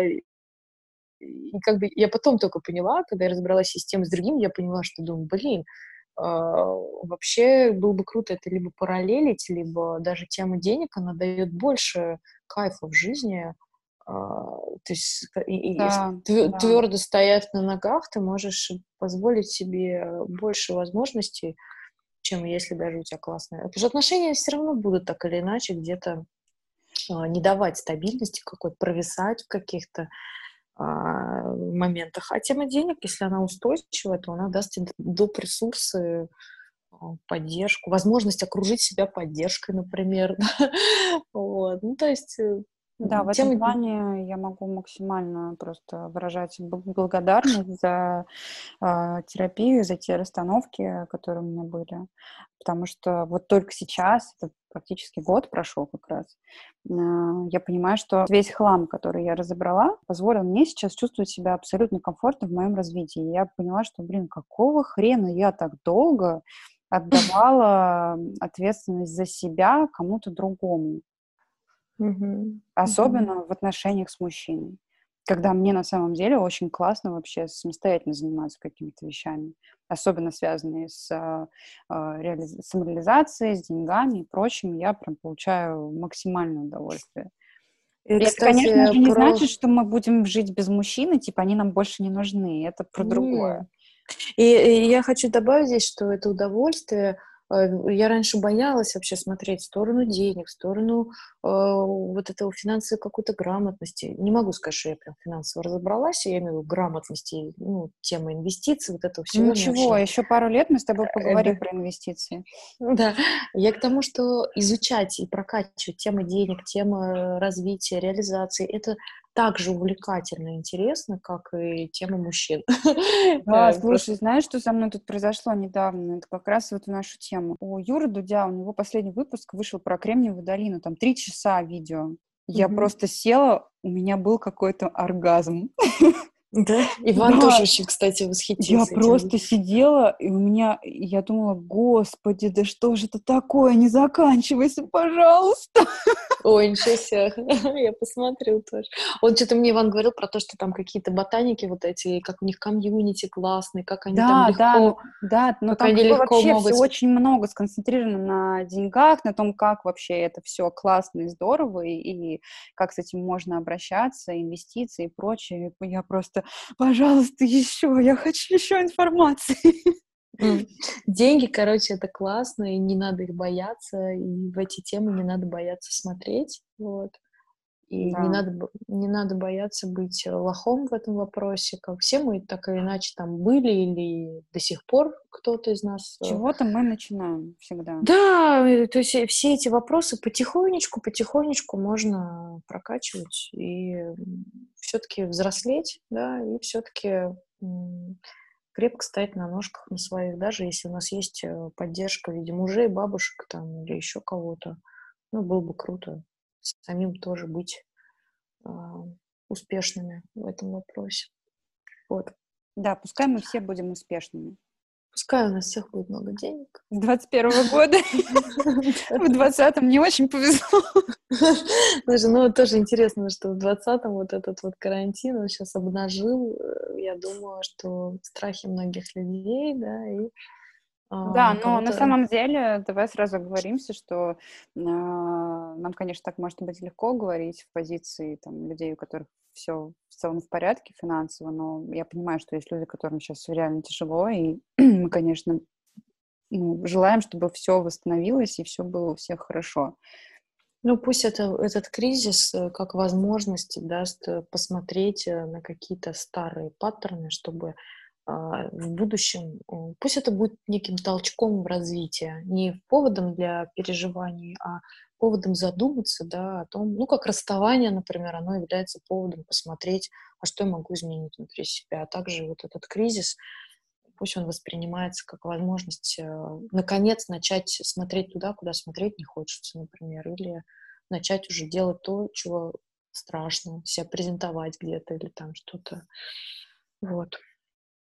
и как бы я потом только поняла, когда я разобралась и с тем, и с другим, я поняла, что думаю: "Блин, а, вообще было бы круто это либо параллелить, либо даже тема денег, она дает больше кайфа в жизни". А, то есть к и и с Да, твё да. твёрдо стоять на ногах, ты можешь позволить себе больше возможностей, чем если даже у тебя классные, потому что отношения все равно будут так или иначе где-то, а, не давать стабильности какой-то, провисать в каких-то, а, моментах. А тема денег, если она устойчивая, то она даст тебе доп. Ресурсы, а, поддержку, возможность окружить себя поддержкой, например. Вот. Ну, то есть, э, Да, в этом тема плане я могу максимально просто выражать бл благодарность за, а, терапию, за те расстановки, которые у меня были. Потому что вот только сейчас, это практически год прошел как раз, а, я понимаю, что весь хлам, который я разобрала, позволил мне сейчас чувствовать себя абсолютно комфортно в моем развитии. И я поняла, что, блин, какого хрена я так долго отдавала, м, ответственность за себя кому-то другому? Мгм. Мгм. Особенно в отношениях с мужчиной. Когда мне на самом деле очень классно вообще самостоятельно заниматься какими-то вещами, особенно связанные с, а, а, реализ самореализацией, с деньгами и прочим. Я прям получаю максимальное удовольствие. И, И это, конечно кстати, же, не про значит, что мы будем жить без мужчины, типа они нам больше не нужны. Это про другое. М. И и я хочу добавить здесь, что это удовольствие, э, я раньше боялась вообще смотреть в сторону денег, в сторону, э, вот этого финансовой какой-то грамотности. Не могу сказать, что я прям финансово разобралась, я имею в виду грамотности, ну, тема инвестиций, вот этого всего не Ничего, очень, еще пару лет мы с тобой э, поговорим да. про инвестиции. Да, я к тому, что изучать и прокачивать темы денег, темы развития, реализации — это так же увлекательно и интересно, как и тема мужчин. Да, Э, просто слушай, знаешь, что со мной тут произошло недавно? Это как раз вот в нашу тему. У Юры Дудя, у него последний выпуск вышел про Кремниевую долину, там три часа видео. Я Мгм. просто села, у меня был какой-то оргазм. Да, Иван тоже Да, очень, кстати, я восхитился этим. просто сидела, и у меня, и я думала: "Господи, да что же это такое? Не заканчивайся, пожалуйста". Ой, ничего себе, я посмотрю тоже. Он что то мне, Иван, говорил про то, что там какие-то ботаники вот эти, как у них комьюнити классный, как они там Да, да, ну легко да, но как там они как бы легко вообще все могут. очень много сконцентрировано на деньгах, на том, как вообще это все классно и здорово, и и как с этим можно обращаться, инвестиции и прочее. И я просто: "Пожалуйста, еще, я хочу еще информации". М. Деньги, короче, это классно, и не надо их бояться, и в эти темы не надо бояться смотреть. Вот. И не Да. надо, б- не надо бояться быть э, лохом в этом вопросе. Как все мы так или иначе там были или до сих пор кто-то из нас. э, Чего-то мы начинаем всегда. Да, э, то есть э, все эти вопросы потихонечку, потихонечку можно прокачивать и все-таки взрослеть, да, и все-таки крепко стоять на ножках на своих, даже если у нас есть э, поддержка в виде мужей, бабушек там или еще кого-то. Ну, было бы круто самим тоже быть а, успешными в этом вопросе. Вот. Да, пускай мы все будем успешными. Пускай у нас всех будет много денег. С двадцать первого года в двадцатом не очень повезло. Слушай, ну вот тоже интересно, что в двадцатом вот этот вот карантин он сейчас обнажил, э, я думаю, что страхи многих людей, да, и Да, а, но на кого-то. самом деле, давай сразу оговоримся, что а, нам, конечно, так может быть легко говорить в позиции там, людей, у которых все в целом в порядке финансово, но я понимаю, что есть люди, которым сейчас реально тяжело, и мы, конечно, ну, желаем, чтобы все восстановилось и все было у всех хорошо. Ну, пусть это, этот кризис э, как возможность даст э, посмотреть э, на какие-то старые паттерны, чтобы а, в будущем, м, пусть это будет неким толчком в развитии, не поводом для переживаний, а поводом задуматься, да, о том, ну, как расставание, например, оно является поводом посмотреть, а что я могу изменить внутри себя. А также вот этот кризис, пусть он воспринимается как возможность, э, наконец, начать смотреть туда, куда смотреть не хочется, например, или начать уже делать то, чего страшно, себя презентовать где-то или там что-то. Вот.